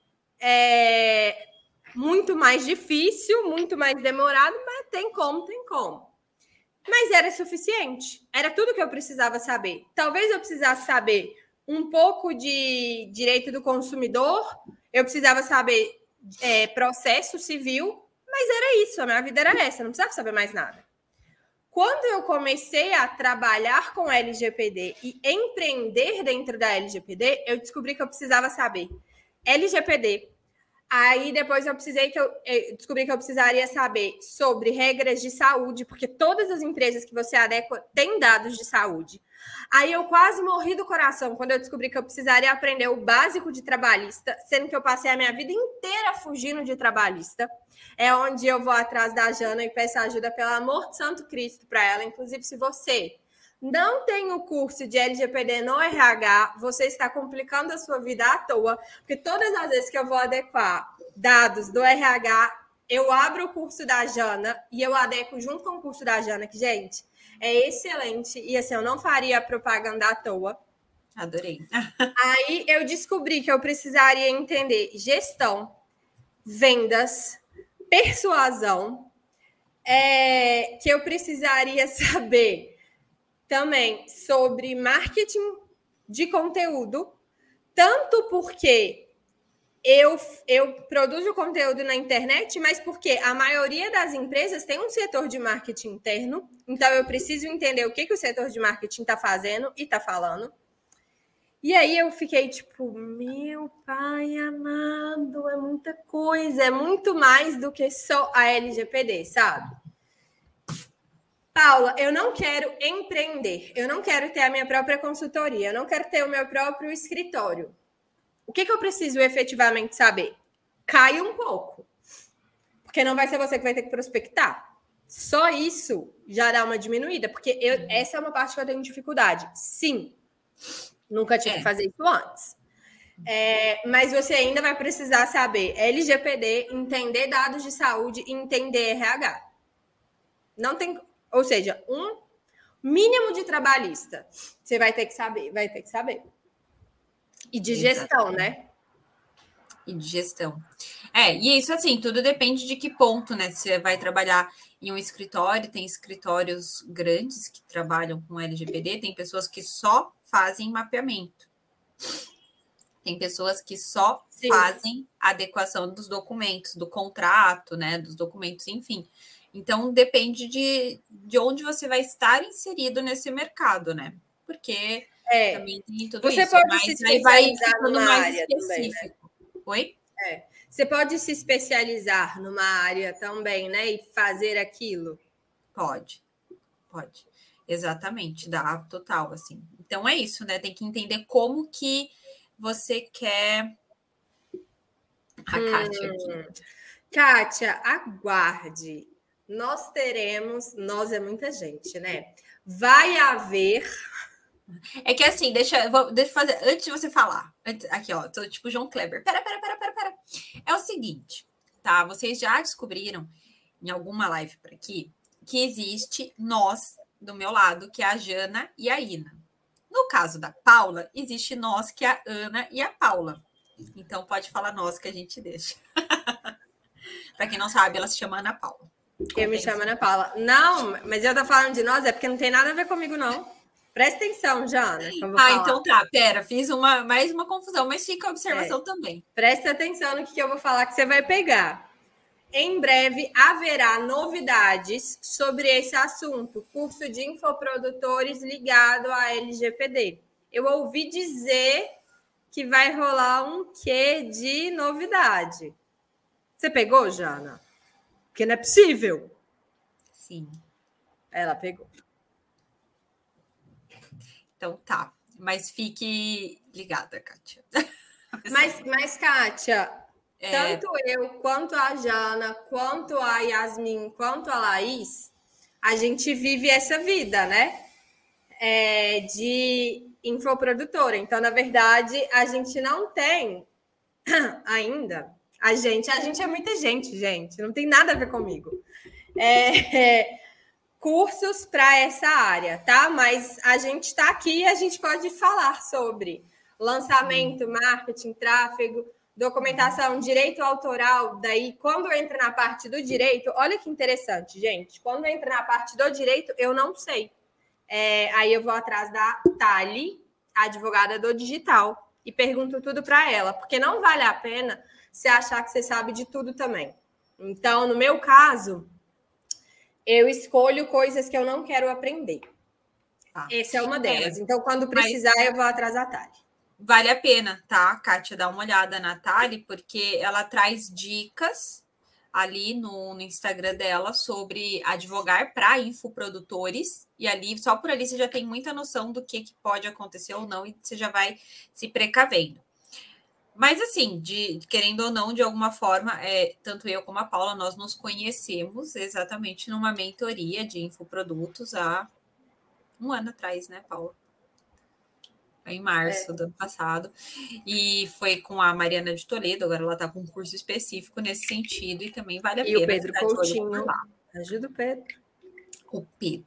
É muito mais difícil, muito mais demorado, mas tem como, tem como. Mas era suficiente. Era tudo que eu precisava saber. Talvez eu precisasse saber um pouco de direito do consumidor, eu precisava saber é, processo civil, mas era isso, a minha vida era essa, não precisava saber mais nada. Quando eu comecei a trabalhar com L G P D e empreender dentro da L G P D, eu descobri que eu precisava saber L G P D. Aí depois eu precisei que eu, eu descobri que eu precisaria saber sobre regras de saúde, porque todas as empresas que você adequa têm dados de saúde. Aí eu quase morri do coração quando eu descobri que eu precisaria aprender o básico de trabalhista, sendo que eu passei a minha vida inteira fugindo de trabalhista. É onde eu vou atrás da Jana e peço ajuda, pelo amor de Santo Cristo, para ela. Inclusive, se você não tem o curso de L G P D no R H, você está complicando a sua vida à toa, porque todas as vezes que eu vou adequar dados do R H, eu abro o curso da Jana e eu adequo junto com o curso da Jana, que, gente, é excelente. E assim, eu não faria propaganda à toa. Adorei. Aí eu descobri que eu precisaria entender gestão, vendas, persuasão, é, que eu precisaria saber também sobre marketing de conteúdo, tanto porque eu, eu produzo conteúdo na internet, mas porque a maioria das empresas tem um setor de marketing interno, então eu preciso entender o que, que o setor de marketing está fazendo e está falando. E aí eu fiquei tipo, meu pai amado, é muita coisa, é muito mais do que só a L G P D, sabe? Paula, eu não quero empreender, eu não quero ter a minha própria consultoria, eu não quero ter o meu próprio escritório. O que, que eu preciso efetivamente saber? Cai um pouco, porque não vai ser você que vai ter que prospectar. Só isso já dá uma diminuída, porque eu, essa é uma parte que eu tenho dificuldade. Sim, nunca tive é. que fazer isso antes. É, mas você ainda vai precisar saber L G P D, entender dados de saúde e entender R H. Não tem, ou seja, um mínimo de trabalhista. Você vai ter que saber, vai ter que saber. E de gestão, né? E de gestão. É, e isso assim, tudo depende de que ponto, né? Você vai trabalhar em um escritório, tem escritórios grandes que trabalham com L G P D, tem pessoas que só fazem mapeamento. Tem pessoas que só Sim. fazem adequação dos documentos, do contrato, né? Dos documentos, enfim. Então, depende de, de onde você vai estar inserido nesse mercado, né? Porque é, também tem tudo você isso. Pode mas se aí vai especializar ficando numa mais área específico. Também, né? Oi? É. Você pode se especializar numa área também, né? E fazer aquilo? Pode, pode. Exatamente, dá total, assim. Então, é isso, né? Tem que entender como que você quer... A hum, Kátia aqui. Kátia, aguarde. Nós teremos... Nós é muita gente, né? Vai haver... É que assim, deixa, vou, deixa eu fazer, antes de você falar, antes, aqui ó, tô tipo João Kleber, pera, pera, pera, pera, pera, é o seguinte, tá, vocês já descobriram em alguma live por aqui, que existe nós, do meu lado, que é a Jana e a Ina. No caso da Paula, existe nós, que é a Ana e a Paula, então pode falar nós que a gente deixa. Para quem não sabe, ela se chama Ana Paula. Eu me chamo Ana Paula. Não, mas eu tô falando de nós, é porque não tem nada a ver comigo, não. Presta atenção, Jana. Que eu vou ah, falar. Então tá, pera, fiz uma, mais uma confusão, mas fica a observação é. também. Presta atenção no que, que eu vou falar que você vai pegar. Em breve haverá novidades sobre esse assunto, curso de infoprodutores ligado à L G P D. Eu ouvi dizer que vai rolar um quê de novidade. Você pegou, Jana? Porque não é possível. Sim. Ela pegou. Então tá, mas fique ligada, Kátia. Mas, mas, Kátia, é... tanto eu, quanto a Jana, quanto a Yasmin, quanto a Laís, a gente vive essa vida, né? É, de infoprodutora. Então, na verdade, a gente não tem ainda. A gente, a gente é muita gente, gente. Não tem nada a ver comigo. É, é, cursos para essa área, tá? Mas a gente está aqui e a gente pode falar sobre lançamento, Sim. marketing, tráfego, documentação, direito autoral. Daí, quando entra na parte do direito, olha que interessante, gente. Quando entra na parte do direito, eu não sei. É, aí eu vou atrás da Thali, a advogada do digital, e pergunto tudo para ela, porque não vale a pena você achar que você sabe de tudo também. Então, no meu caso, eu escolho coisas que eu não quero aprender. Ah, Essa é uma delas. É, então, quando precisar, mas... eu vou atrás da Thali. Vale a pena, tá, Kátia? Dá uma olhada na Thali, porque ela traz dicas ali no, no Instagram dela sobre advogar para infoprodutores, e ali, só por ali, você já tem muita noção do que, que pode acontecer ou não, e você já vai se precavendo. Mas, assim, de, querendo ou não, de alguma forma, é, tanto eu como a Paula, nós nos conhecemos exatamente numa mentoria de infoprodutos há um ano atrás, né, Paula? Em março é. do ano passado, e foi com a Mariana de Toledo. Agora ela está com um curso específico nesse sentido, e também vale a e pena. E o Pedro Coutinho, ajuda o Pedro. O Pedro.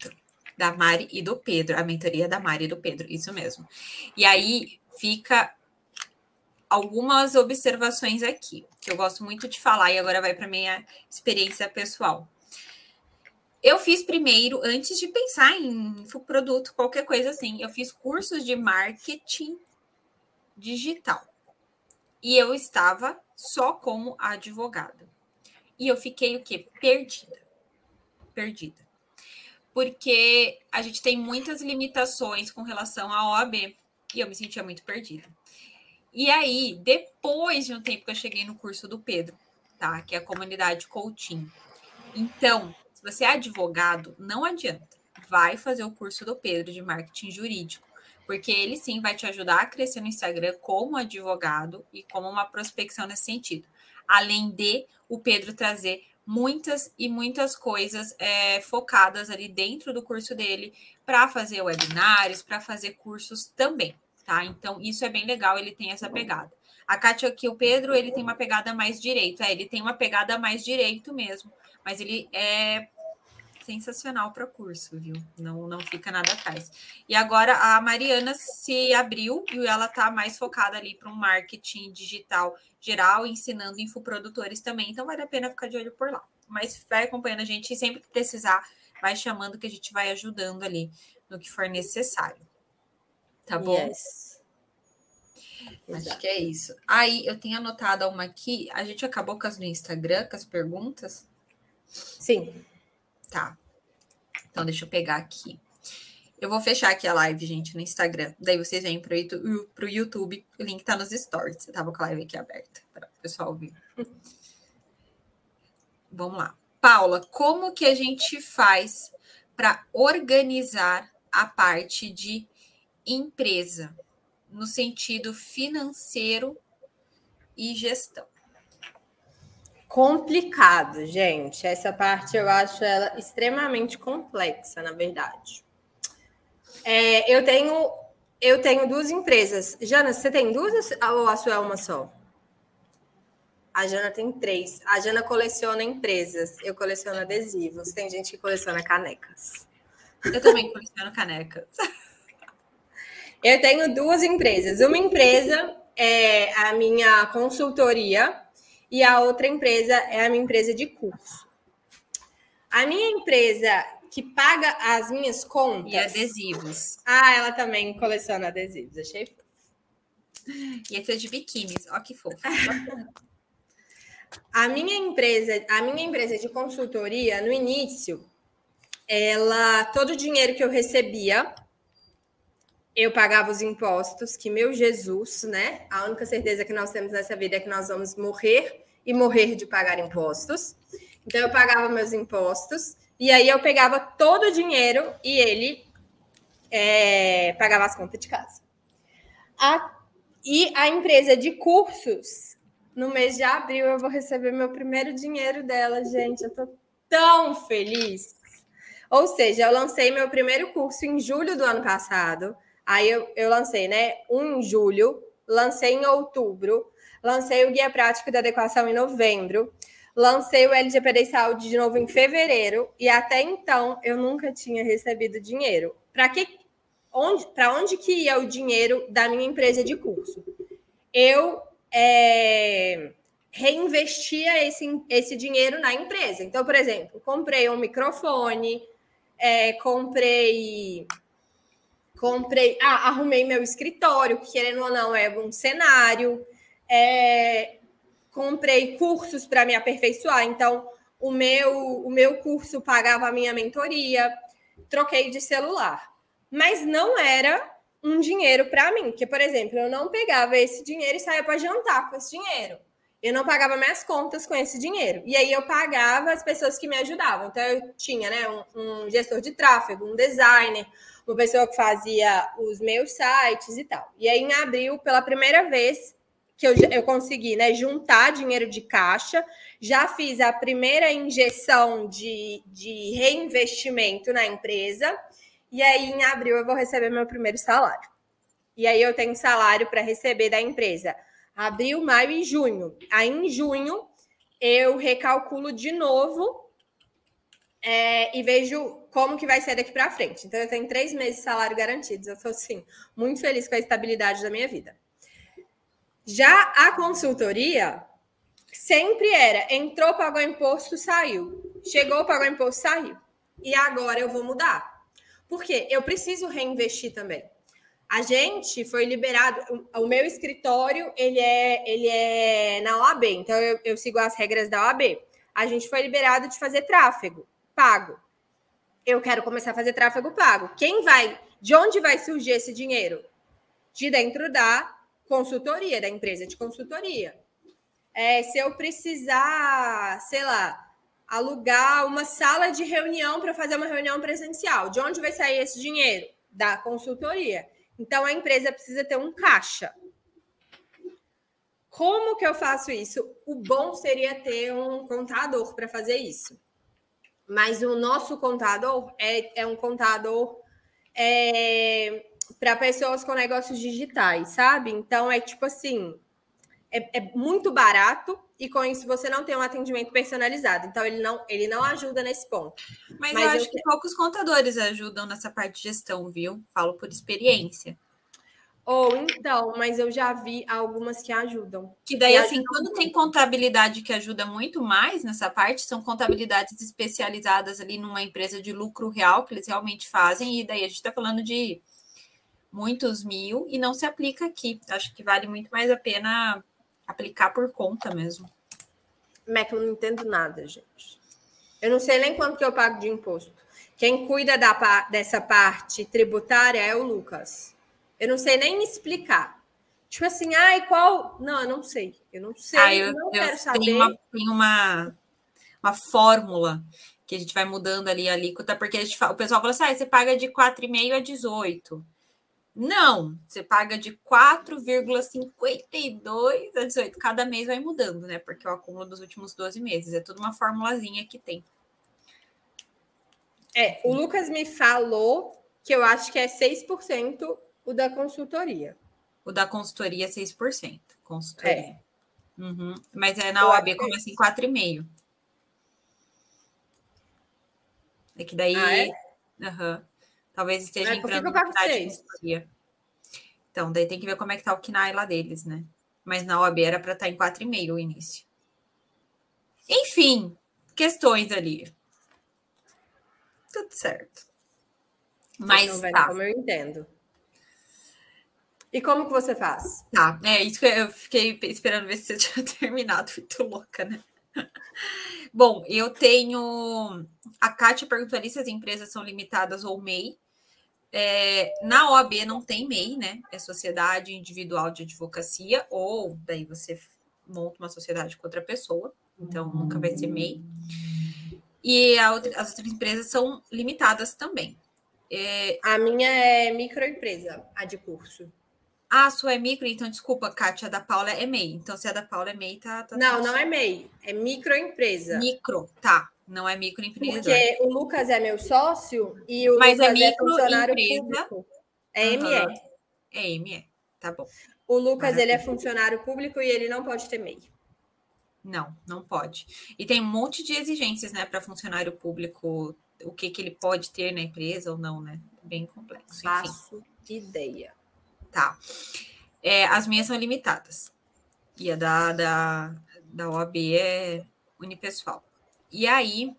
Da Mari e do Pedro, a mentoria da Mari e do Pedro, isso mesmo. E aí fica algumas observações aqui, que eu gosto muito de falar, e agora vai para minha experiência pessoal. Eu fiz primeiro, antes de pensar em produto, qualquer coisa assim, eu fiz cursos de marketing digital. E eu estava só como advogada. E eu fiquei o quê? Perdida. Perdida. Porque a gente tem muitas limitações com relação à O A B. E eu me sentia muito perdida. E aí, depois de um tempo que eu cheguei no curso do Pedro, tá? Que é a comunidade coaching. Então, se você é advogado, não adianta. Vai fazer o curso do Pedro de marketing jurídico. Porque ele sim vai te ajudar a crescer no Instagram como advogado e como uma prospecção nesse sentido. Além de o Pedro trazer muitas e muitas coisas é, focadas ali dentro do curso dele para fazer webinários, para fazer cursos também, tá? Então, isso é bem legal, ele tem essa pegada. A Kátia aqui, o Pedro, ele tem uma pegada mais direito. É, ele tem uma pegada mais direito mesmo, mas ele é sensacional para curso, viu? Não, não fica nada atrás. E agora a Mariana se abriu e ela tá mais focada ali para um marketing digital geral, ensinando infoprodutores também. Então vale a pena ficar de olho por lá. Mas vai acompanhando a gente e sempre que precisar, vai chamando que a gente vai ajudando ali no que for necessário. Tá bom? Yes. Acho Exato. Que é isso. Aí eu tenho anotado uma aqui. A gente acabou com as do Instagram, com as perguntas? Sim. Tá. Então, deixa eu pegar aqui. Eu vou fechar aqui a live, gente, no Instagram. Daí vocês vêm pro YouTube, pro YouTube. O link tá nos stories. Eu tava com a live aqui aberta para o pessoal ver. Vamos lá. Paula, como que a gente faz para organizar a parte de empresa no sentido financeiro e gestão? Complicado, gente. Essa parte eu acho ela extremamente complexa, na verdade. É, eu tenho eu tenho duas empresas. Jana, você tem duas ou a sua é uma só? A Jana tem três. A Jana coleciona empresas. Eu coleciono adesivos. Tem gente que coleciona canecas. Eu também coleciono canecas. Eu tenho duas empresas. Uma empresa é a minha consultoria e a outra empresa é a minha empresa de curso. A minha empresa que paga as minhas contas... E adesivos. Ah, ela também coleciona adesivos. Achei fofo. E esse é de biquínis. Ó que fofo. A minha empresa, a minha empresa de consultoria, no início, ela, todo o dinheiro que eu recebia, eu pagava os impostos, que, meu Jesus, né? A única certeza que nós temos nessa vida é que nós vamos morrer e morrer de pagar impostos. Então, eu pagava meus impostos e aí eu pegava todo o dinheiro e ele é, pagava as contas de casa. A, e a empresa de cursos, no mês de abril, eu vou receber meu primeiro dinheiro dela, gente. Eu tô tão feliz. Ou seja, eu lancei meu primeiro curso em julho do ano passado. Aí eu, eu lancei, né? Um em julho, lancei em outubro, lancei o Guia Prático da Adequação em novembro, lancei o L G P D Saúde de novo em fevereiro, e até então eu nunca tinha recebido dinheiro. Para que, onde, para onde que ia o dinheiro da minha empresa de curso? Eu é, reinvestia esse, esse dinheiro na empresa. Então, por exemplo, comprei um microfone, é, comprei... Comprei, ah, arrumei meu escritório, que querendo ou não é um cenário. É, comprei cursos para me aperfeiçoar. Então, o meu, o meu curso pagava a minha mentoria. Troquei de celular. Mas não era um dinheiro para mim. Porque, por exemplo, eu não pegava esse dinheiro e saía para jantar com esse dinheiro. Eu não pagava minhas contas com esse dinheiro. E aí eu pagava as pessoas que me ajudavam. Então, eu tinha, né, um, um gestor de tráfego, um designer, uma pessoa que fazia os meus sites e tal. E aí, em abril, pela primeira vez que eu, eu consegui, né, juntar dinheiro de caixa, já fiz a primeira injeção de, de reinvestimento na empresa, e aí, em abril, eu vou receber meu primeiro salário. E aí, eu tenho salário para receber da empresa abril, maio e junho. Aí, em junho, eu recalculo de novo é, e vejo como que vai ser daqui para frente. Então, eu tenho três meses de salário garantidos. Eu estou, assim, muito feliz com a estabilidade da minha vida. Já a consultoria sempre era, entrou, pagou imposto, saiu. Chegou, pagou imposto, saiu. E agora eu vou mudar. Por quê? Eu preciso reinvestir também. A gente foi liberado, o meu escritório, ele é, ele é na O A B, então eu, eu sigo as regras da O A B. A gente foi liberado de fazer tráfego pago. Eu quero começar a fazer tráfego pago. Quem vai, de onde vai surgir esse dinheiro? De dentro da consultoria, da empresa de consultoria. É, se eu precisar, sei lá, alugar uma sala de reunião para fazer uma reunião presencial, de onde vai sair esse dinheiro? Da consultoria. Então, a empresa precisa ter um caixa. Como que eu faço isso? O bom seria ter um contador para fazer isso. Mas o nosso contador é, é um contador é, para pessoas com negócios digitais, sabe? Então, é tipo assim, é, é muito barato e com isso você não tem um atendimento personalizado. Então, ele não, ele não ajuda nesse ponto. Mas, Mas eu acho eu... que poucos contadores ajudam nessa parte de gestão, viu? Falo por experiência. Ou então, mas eu já vi algumas que ajudam. Que daí, assim, ajudam quando muito. Tem contabilidade que ajuda muito mais nessa parte, são contabilidades especializadas ali numa empresa de lucro real, que eles realmente fazem, e daí a gente está falando de muitos mil, e não se aplica aqui. Acho que vale muito mais a pena aplicar por conta mesmo. Mac, eu não entendo nada, gente. Eu não sei nem quanto que eu pago de imposto. Quem cuida da, dessa parte tributária é o Lucas. Eu não sei nem explicar. Tipo assim, ai, qual... Não, eu não sei. Eu não sei, ah, eu, não eu quero saber. Tem, uma, tem uma, uma fórmula que a gente vai mudando ali a alíquota, porque a gente fala, o pessoal fala assim, ah, você paga de quatro vírgula cinco a dezoito. Não, você paga de quatro vírgula cinquenta e dois a dezoito. Cada mês vai mudando, né? Porque é o acúmulo dos últimos doze meses. É tudo uma formulazinha que tem. É, o Lucas me falou que eu acho que é seis por cento o da consultoria. O da consultoria é seis por cento. Consultoria. É. Uhum. Mas é na O A B começa em quatro vírgula cinco. É que daí... Ah, é? Uhum. Talvez esteja é, entrando no K N A I de consultoria. Então, daí tem que ver como é que tá o K N A I lá deles, né? Mas na O A B era para estar em quatro vírgula cinco o início. Enfim, questões ali. Tudo certo. Mas não vai tá. Como eu entendo. E como que você faz? Tá, é isso que eu fiquei esperando ver se você tinha terminado. Muito louca, né? Bom, eu tenho... A Kátia perguntou ali se as empresas são limitadas ou M E I. É, na O A B não tem M E I, né? É Sociedade Individual de Advocacia, ou daí você monta uma sociedade com outra pessoa, então nunca vai ser M E I. E a outra, as outras empresas são limitadas também. É... A minha é microempresa, a de curso. Ah, a sua é micro, então desculpa, Kátia, a da Paula é M E I. Então, se a da Paula é M E I, tá... tá não, não é M E I, é microempresa. Micro, tá. Não é microempreendedor. Porque o Lucas é meu sócio e o Mas Lucas é, é funcionário público. É uhum. M E. É M E, tá bom. O Lucas, Maravilha. Ele é funcionário público e ele não pode ter M E I. Não, não pode. E tem um monte de exigências, né, para funcionário público, o que, que ele pode ter na empresa ou não, né? Bem complexo. Faço ideia. Tá. É, as minhas são limitadas. E a da, da, da O A B é unipessoal. E aí,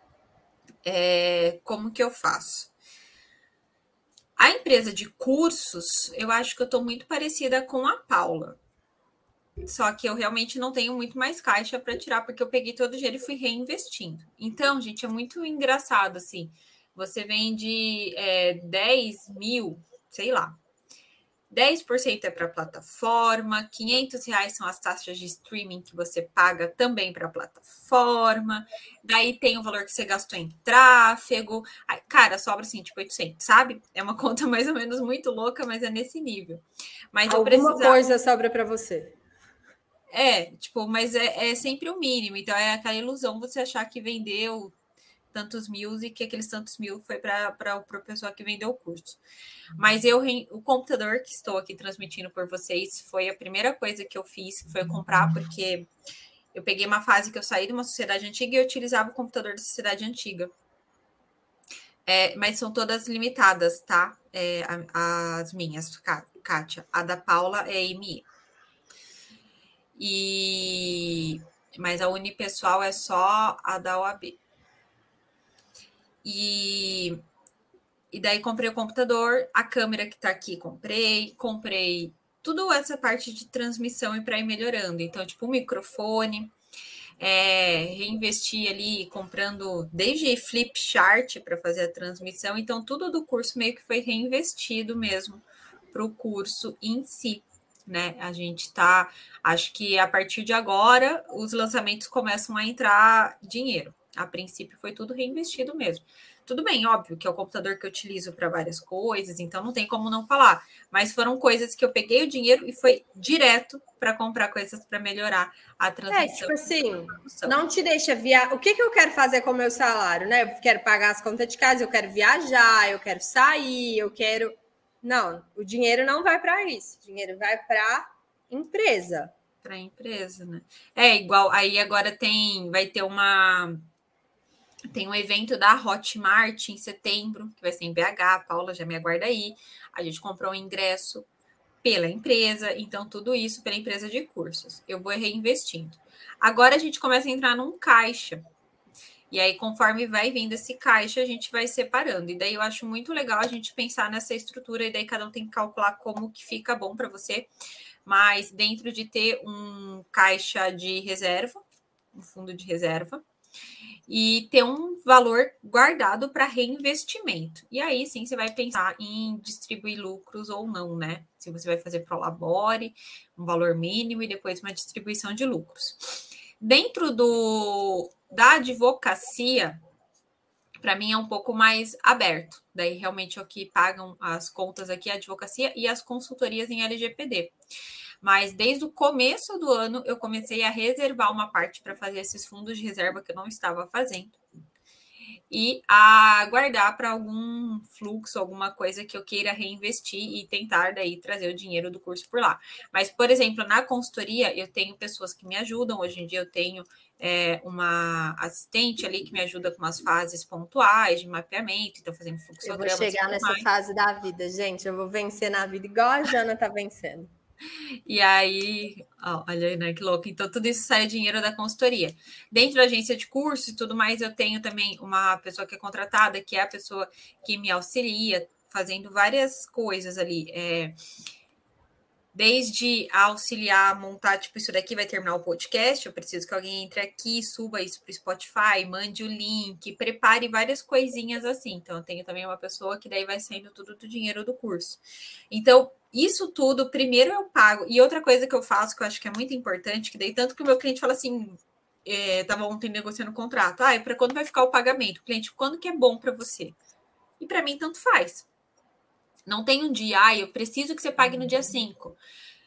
é, como que eu faço? A empresa de cursos, eu acho que eu estou muito parecida com a Paula. Só que eu realmente não tenho muito mais caixa para tirar, porque eu peguei todo o dinheiro e fui reinvestindo. Então, gente, é muito engraçado, assim. Você vende é, dez mil, sei lá. dez por cento é para a plataforma, quinhentos reais são as taxas de streaming que você paga também para a plataforma. Daí tem o valor que você gastou em tráfego. Aí, cara, sobra assim, tipo oitocentos, sabe? É uma conta mais ou menos muito louca, mas é nesse nível. Mas Alguma eu precisava... coisa sobra para você. É, tipo, mas é, é sempre o mínimo. Então, é aquela ilusão você achar que vendeu tantos mil e que aqueles tantos mil foi para a pessoa que vendeu o curso. Mas eu, o computador que estou aqui transmitindo por vocês foi a primeira coisa que eu fiz, que foi comprar, porque eu peguei uma fase que eu saí de uma sociedade antiga e eu utilizava o computador da sociedade antiga. É, mas são todas limitadas, tá? É, a, as minhas, Kátia. A da Paula é M E. E, mas a unipessoal é só a da O A B. E, e daí comprei o computador, a câmera que tá aqui comprei, comprei tudo essa parte de transmissão e para ir melhorando. Então, tipo, o microfone, é, reinvesti ali comprando desde flip chart para fazer a transmissão. Então, tudo do curso meio que foi reinvestido mesmo para o curso em si. Né? A gente tá, acho que a partir de agora os lançamentos começam a entrar dinheiro. A princípio foi tudo reinvestido mesmo. Tudo bem, óbvio que é o computador que eu utilizo para várias coisas, então não tem como não falar. Mas foram coisas que eu peguei o dinheiro e foi direto para comprar coisas para melhorar a transmissão. É, tipo assim, não te deixa viajar. O que, que eu quero fazer com o meu salário, né? Eu quero pagar as contas de casa, eu quero viajar, eu quero sair, eu quero. Não, o dinheiro não vai para isso. O dinheiro vai para empresa. Para empresa, né? É igual. Aí agora tem, vai ter uma. Tem um evento da Hotmart em setembro, que vai ser em B H. A Paula já me aguarda aí. A gente comprou um ingresso pela empresa, então tudo isso pela empresa de cursos. Eu vou reinvestindo. Agora a gente começa a entrar num caixa. E aí, conforme vai vindo esse caixa, a gente vai separando. E daí eu acho muito legal a gente pensar nessa estrutura, e daí cada um tem que calcular como que fica bom para você. Mas dentro de ter um caixa de reserva, um fundo de reserva, e ter um valor guardado para reinvestimento. E aí sim você vai pensar em distribuir lucros ou não, né? Se você vai fazer prolabore, um valor mínimo e depois uma distribuição de lucros. Dentro do da advocacia, para mim é um pouco mais aberto. Daí realmente é o que pagam as contas aqui, a advocacia e as consultorias em L G P D. Mas desde o começo do ano eu comecei a reservar uma parte para fazer esses fundos de reserva que eu não estava fazendo. E a guardar para algum fluxo, alguma coisa que eu queira reinvestir e tentar daí trazer o dinheiro do curso por lá. Mas, por exemplo, na consultoria, eu tenho pessoas que me ajudam. Hoje em dia eu tenho é, uma assistente ali que me ajuda com umas fases pontuais de mapeamento, então fazendo fluxogramas. Eu vou chegar nessa mais. fase da vida, gente. Eu vou vencer na vida igual a Jana tá vencendo. E aí, ó, olha aí, né, que louco. Então, tudo isso sai dinheiro da consultoria. Dentro da agência de curso e tudo mais, eu tenho também uma pessoa que é contratada, que é a pessoa que me auxilia, fazendo várias coisas ali. É, desde auxiliar a montar, tipo, isso daqui vai terminar o podcast, eu preciso que alguém entre aqui, suba isso para o Spotify, mande o link, prepare várias coisinhas assim. Então, eu tenho também uma pessoa que daí vai saindo tudo do dinheiro do curso. Então, isso tudo, primeiro eu pago. E outra coisa que eu faço, que eu acho que é muito importante, que daí tanto que o meu cliente fala assim, estava é, ontem negociando o contrato, ah, é para quando vai ficar o pagamento? O cliente, quando que é bom para você? E para mim, tanto faz. Não tem um dia, ah, eu preciso que você pague no dia cinco.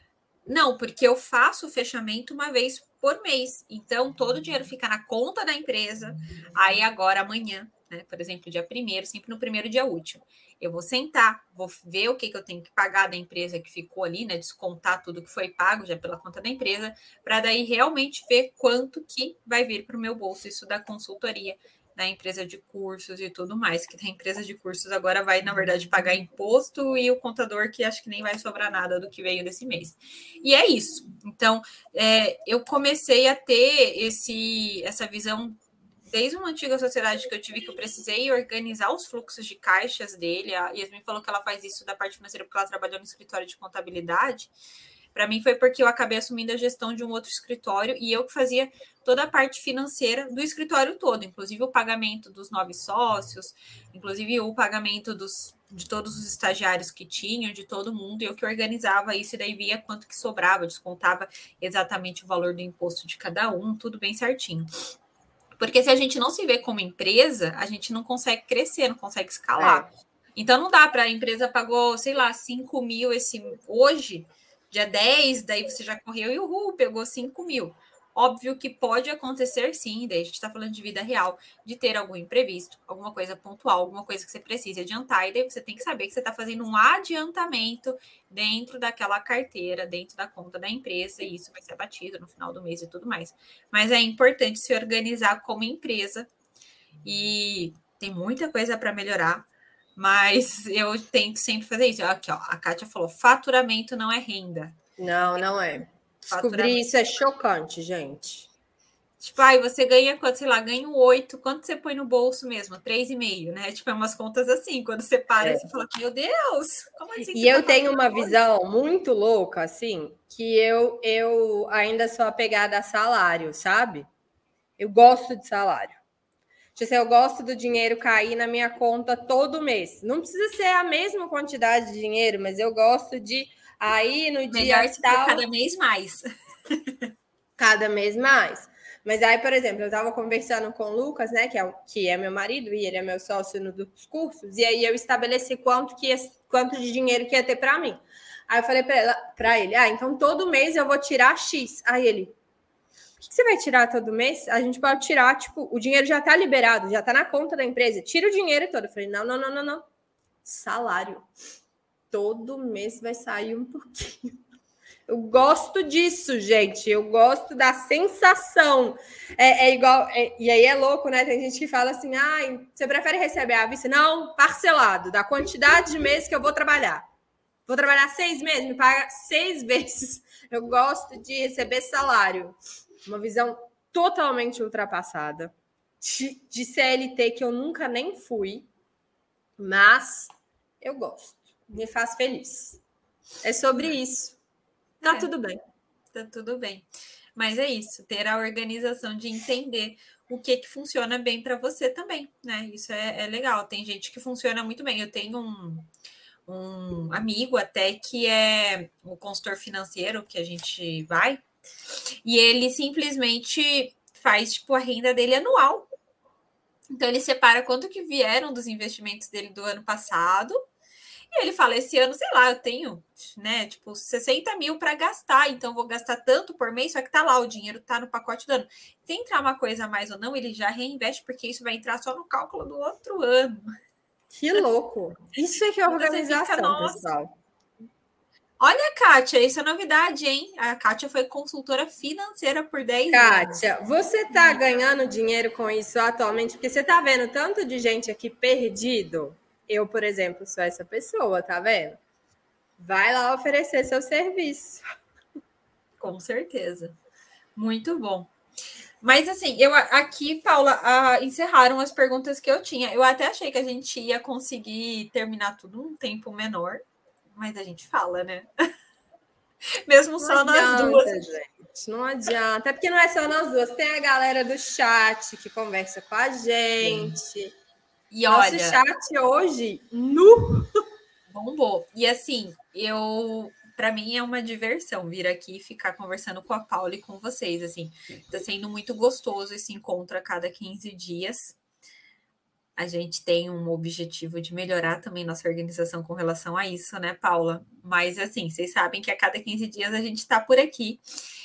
Não, porque eu faço o fechamento uma vez por mês. Então, todo o dinheiro fica na conta da empresa. Aí, agora, amanhã, né? Por exemplo, dia primeiro, sempre no primeiro dia útil. Eu vou sentar, vou ver o que, que eu tenho que pagar da empresa que ficou ali, né? Descontar tudo que foi pago já pela conta da empresa, para daí realmente ver quanto que vai vir para o meu bolso, isso da consultoria da empresa de cursos e tudo mais, que a empresa de cursos agora vai, na verdade, pagar imposto e o contador que acho que nem vai sobrar nada do que veio desse mês. E é isso. Então, é, eu comecei a ter esse, essa visão desde uma antiga sociedade que eu tive, que eu precisei organizar os fluxos de caixas dele. A Yasmin falou que ela faz isso da parte financeira porque ela trabalhou no escritório de contabilidade. Para mim foi porque eu acabei assumindo a gestão de um outro escritório e eu que fazia toda a parte financeira do escritório todo, inclusive o pagamento dos nove sócios, inclusive o pagamento dos, de todos os estagiários que tinham, de todo mundo, e eu que organizava isso e daí via quanto que sobrava, descontava exatamente o valor do imposto de cada um, tudo bem certinho. Porque se a gente não se vê como empresa, a gente não consegue crescer, não consegue escalar. É. Então não dá para a empresa pagou, sei lá, cinco mil esse hoje, dia dez, daí você já correu e uhul, pegou cinco mil. Óbvio que pode acontecer sim, daí a gente está falando de vida real, de ter algum imprevisto, alguma coisa pontual, alguma coisa que você precise adiantar, e daí você tem que saber que você está fazendo um adiantamento dentro daquela carteira, dentro da conta da empresa, e isso vai ser abatido no final do mês e tudo mais. Mas é importante se organizar como empresa e tem muita coisa para melhorar, mas eu tento sempre fazer isso. Aqui, ó, a Kátia falou, faturamento não é renda. Não, não é. Descobrir isso é chocante, gente. Tipo, aí você ganha quanto, sei lá, ganha oito, quanto você põe no bolso mesmo? Três e meio, né? Tipo, é umas contas assim, quando você para, é. Você fala, meu Deus, como assim? E eu tá tenho uma visão muito louca, assim, que eu, eu ainda sou apegada a salário, sabe? Eu gosto de salário. Tipo assim, eu gosto do dinheiro cair na minha conta todo mês. Não precisa ser a mesma quantidade de dinheiro, mas eu gosto de aí no Melhor dia tal... cada mês mais. Cada mês mais. Mas aí, por exemplo, eu estava conversando com o Lucas, né, que é, que é meu marido, e ele é meu sócio no dos cursos, e aí eu estabeleci quanto, que ia, quanto de dinheiro que ia ter para mim. Aí eu falei para ele, ah, então todo mês eu vou tirar X. Aí ele, o que você vai tirar todo mês? A gente pode tirar, tipo, o dinheiro já está liberado, já está na conta da empresa, tira o dinheiro todo. Eu falei, não, não, não, não, não. Salário. Todo mês vai sair um pouquinho. Eu gosto disso, gente. Eu gosto da sensação. É, é igual. É, e aí é louco, né? Tem gente que fala assim: ah, você prefere receber à vista? Não, parcelado, da quantidade de meses que eu vou trabalhar. Vou trabalhar seis meses, me paga seis vezes. Eu gosto de receber salário. Uma visão totalmente ultrapassada de, de C L T que eu nunca nem fui, mas eu gosto. Me faz feliz. É sobre isso. Tá é, tudo bem. Tá tudo bem. Mas é isso, ter a organização de entender o que que funciona bem para você também, né? Isso é, é legal. Tem gente que funciona muito bem. Eu tenho um, um amigo até que é o consultor financeiro que a gente vai, e ele simplesmente faz tipo a renda dele anual. Então ele separa quanto que vieram dos investimentos dele do ano passado. E ele fala, esse ano, sei lá, eu tenho, né, tipo, sessenta mil para gastar, então vou gastar tanto por mês, só que tá lá, o dinheiro tá no pacote do ano. Se entrar uma coisa a mais ou não, ele já reinveste, porque isso vai entrar só no cálculo do outro ano. Que louco! Isso é que é organização, fica, pessoal. Olha, Kátia, isso é novidade, hein? A Kátia foi consultora financeira por dez Kátia, anos. Kátia, você tá ganhando dinheiro com isso atualmente? Porque você tá vendo tanto de gente aqui perdido? Eu, por exemplo, sou essa pessoa, tá vendo? Vai lá oferecer seu serviço. Com certeza. Muito bom. Mas assim, eu aqui, Paula, a, encerraram as perguntas que eu tinha. Eu até achei que a gente ia conseguir terminar tudo num tempo menor, mas a gente fala, né? Mesmo não só adianta, nós duas. Gente, não adianta. Até porque não é só nós duas. Tem a galera do chat que conversa com a gente. Sim. E Nosso olha, chat hoje, nu! Bombou. E assim, eu... Para mim é uma diversão vir aqui e ficar conversando com a Paula e com vocês, assim. Tá sendo muito gostoso esse encontro a cada quinze dias. A gente tem um objetivo de melhorar também nossa organização com relação a isso, né, Paula? Mas, assim, vocês sabem que a cada quinze dias a gente está por aqui.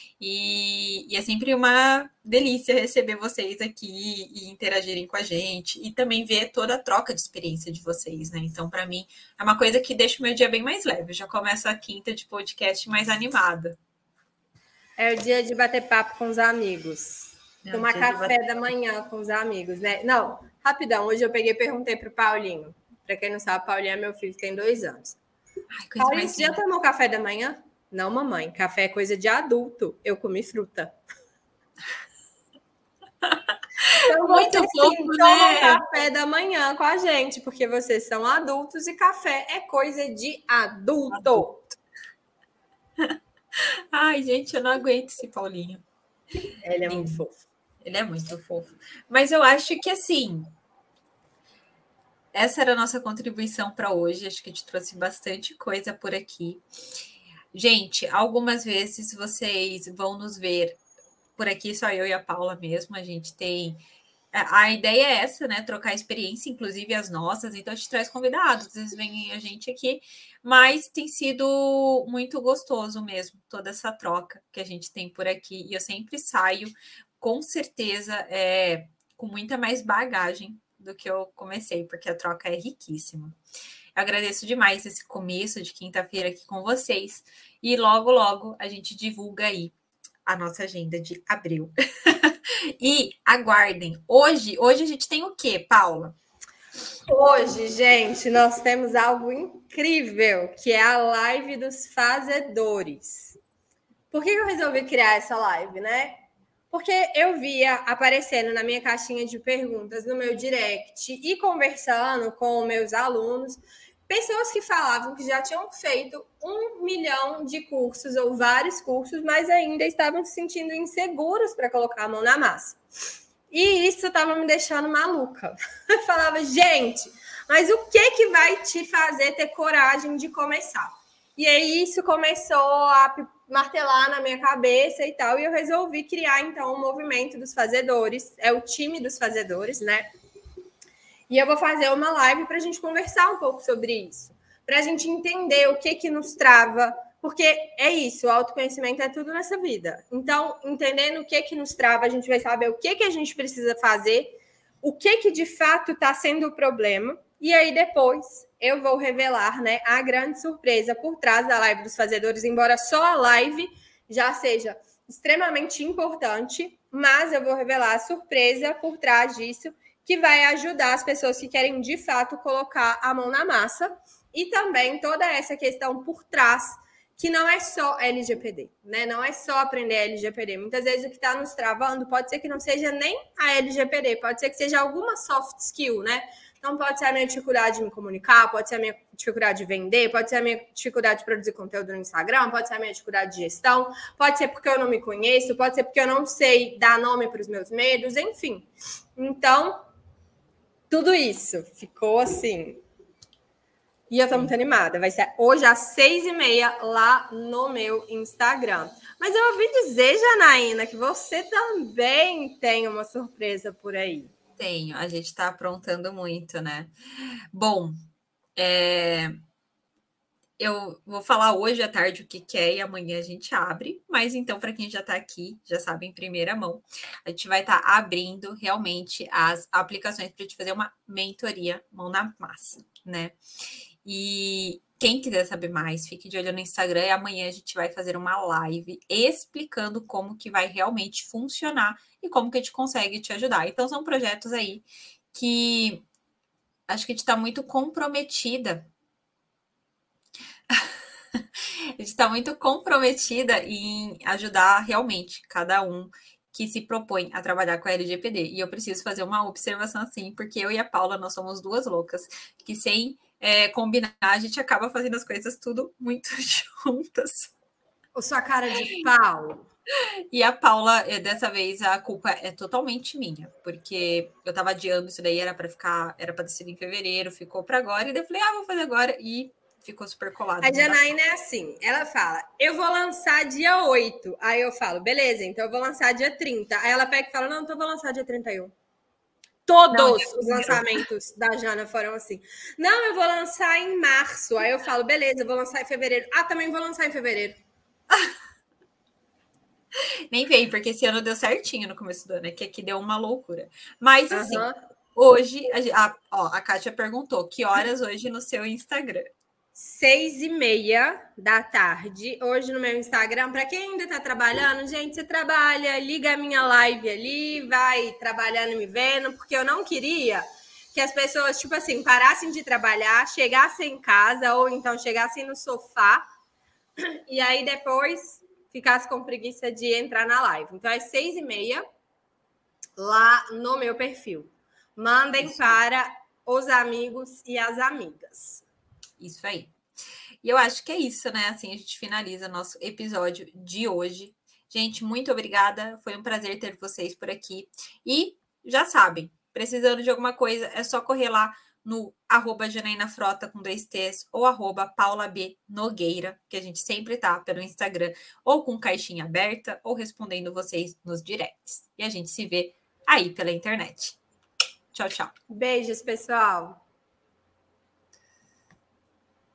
E, e é sempre uma delícia receber vocês aqui e interagirem com a gente. E também ver toda a troca de experiência de vocês, né? Então, para mim, é uma coisa que deixa o meu dia bem mais leve. Eu já começo a quinta de podcast mais animada. É o dia de bater papo com os amigos. É Tomar café da manhã com os amigos, né? Não, rapidão. Hoje eu peguei e perguntei pro Paulinho. Para quem não sabe, Paulinho é meu filho, tem dois anos. Ai, Paulinho, você já tomou café da manhã? Não, mamãe. Café é coisa de adulto. Eu comi fruta. Então, muito vocês fofo, sim, né? tomam café da manhã com a gente, porque vocês são adultos e café é coisa de adulto. adulto. Ai, gente, eu não aguento esse Paulinho. Ele é muito Sim. fofo. Ele é muito fofo. Mas eu acho que, assim, essa era a nossa contribuição para hoje. Acho que a gente trouxe bastante coisa por aqui. Gente, algumas vezes vocês vão nos ver por aqui, só eu e a Paula mesmo. A gente tem... A ideia é essa, né? Trocar experiência, inclusive as nossas. Então, a gente traz convidados, às vezes vem a gente aqui. Mas tem sido muito gostoso mesmo, toda essa troca que a gente tem por aqui. E eu sempre saio, com certeza, é, com muita mais bagagem do que eu comecei, porque a troca é riquíssima. Eu agradeço demais esse começo de quinta-feira aqui com vocês. E logo, logo, a gente divulga aí a nossa agenda de abril. E aguardem. Hoje, hoje a gente tem o quê, Paula? Hoje, gente, nós temos algo incrível, que é a live dos fazedores. Por que eu resolvi criar essa live, né? Porque eu via aparecendo na minha caixinha de perguntas, no meu direct, e conversando com meus alunos, pessoas que falavam que já tinham feito um milhão de cursos ou vários cursos, mas ainda estavam se sentindo inseguros para colocar a mão na massa. E isso estava me deixando maluca. Eu falava, gente, mas o que que vai te fazer ter coragem de começar? E aí isso começou a martelar na minha cabeça e tal, e eu resolvi criar, então, o movimento dos fazedores, é o time dos fazedores, né? E eu vou fazer uma live para a gente conversar um pouco sobre isso, para a gente entender o que que nos trava, porque é isso, o autoconhecimento é tudo nessa vida. Então, entendendo o que que nos trava, a gente vai saber o que que a gente precisa fazer, o que que de fato está sendo o problema, e aí depois eu vou revelar, né, a grande surpresa por trás da live dos fazedores, embora só a live já seja extremamente importante, mas eu vou revelar a surpresa por trás disso, que vai ajudar as pessoas que querem de fato colocar a mão na massa, e também toda essa questão por trás, que não é só L G P D, né? Não é só aprender L G P D. Muitas vezes o que está nos travando pode ser que não seja nem a L G P D, pode ser que seja alguma soft skill, né? Então pode ser a minha dificuldade de me comunicar, pode ser a minha dificuldade de vender, pode ser a minha dificuldade de produzir conteúdo no Instagram, pode ser a minha dificuldade de gestão, pode ser porque eu não me conheço, pode ser porque eu não sei dar nome para os meus medos, enfim. Então, tudo isso ficou assim. E eu tô muito animada. Vai ser hoje às seis e meia lá no meu Instagram. Mas eu ouvi dizer, Janaína, que você também tem uma surpresa por aí. Tenho. A gente tá aprontando muito, né? Bom, é... eu vou falar hoje à tarde o que, que é e amanhã a gente abre. Mas então, para quem já está aqui, já sabe em primeira mão, a gente vai estar tá abrindo realmente as aplicações para te fazer uma mentoria mão na massa, né? E quem quiser saber mais, fique de olho no Instagram e amanhã a gente vai fazer uma live explicando como que vai realmente funcionar e como que a gente consegue te ajudar. Então, são projetos aí que acho que a gente está muito comprometida. A gente está muito comprometida em ajudar realmente cada um que se propõe a trabalhar com a L G P D. E eu preciso fazer uma observação assim, porque eu e a Paula, nós somos duas loucas, que sem é, combinar, a gente acaba fazendo as coisas tudo muito juntas. Ou sua cara de pau. E a Paula, dessa vez, a culpa é totalmente minha, porque eu tava adiando isso daí, era para ficar, era para ter sido em fevereiro, ficou para agora, e daí eu falei, ah, vou fazer agora, e ficou super colado. A Janaína é assim, ela fala, eu vou lançar dia oito. Aí eu falo, beleza, então eu vou lançar dia trinta. Aí ela pega e fala, não, então eu vou lançar dia trinta e um. Todos não, os lançamentos da Jana foram assim. Não, eu vou lançar em março. Aí eu falo, beleza, eu vou lançar em fevereiro. Ah, também vou lançar em fevereiro. Nem vem, porque esse ano deu certinho no começo do ano, é que aqui deu uma loucura. Mas, assim, uhum. hoje, a, a, ó, a Kátia perguntou, que horas hoje no seu Instagram? Seis e meia da tarde, hoje no meu Instagram. Para quem ainda está trabalhando, gente, você trabalha, liga a minha live ali, vai trabalhando e me vendo, porque eu não queria que as pessoas, tipo assim, parassem de trabalhar, chegassem em casa, ou então chegassem no sofá, e aí depois ficasse com preguiça de entrar na live. Então, às seis e meia, lá no meu perfil. Mandem isso para os amigos e as amigas. Isso aí. E eu acho que é isso, né? Assim, a gente finaliza nosso episódio de hoje. Gente, muito obrigada. Foi um prazer ter vocês por aqui. E já sabem, precisando de alguma coisa, é só correr lá no arroba Janaína Frota com dois T's ou arroba Paula B Nogueira, que a gente sempre tá pelo Instagram, ou com caixinha aberta, ou respondendo vocês nos directs. E a gente se vê aí pela internet. Tchau, tchau. Beijos, pessoal.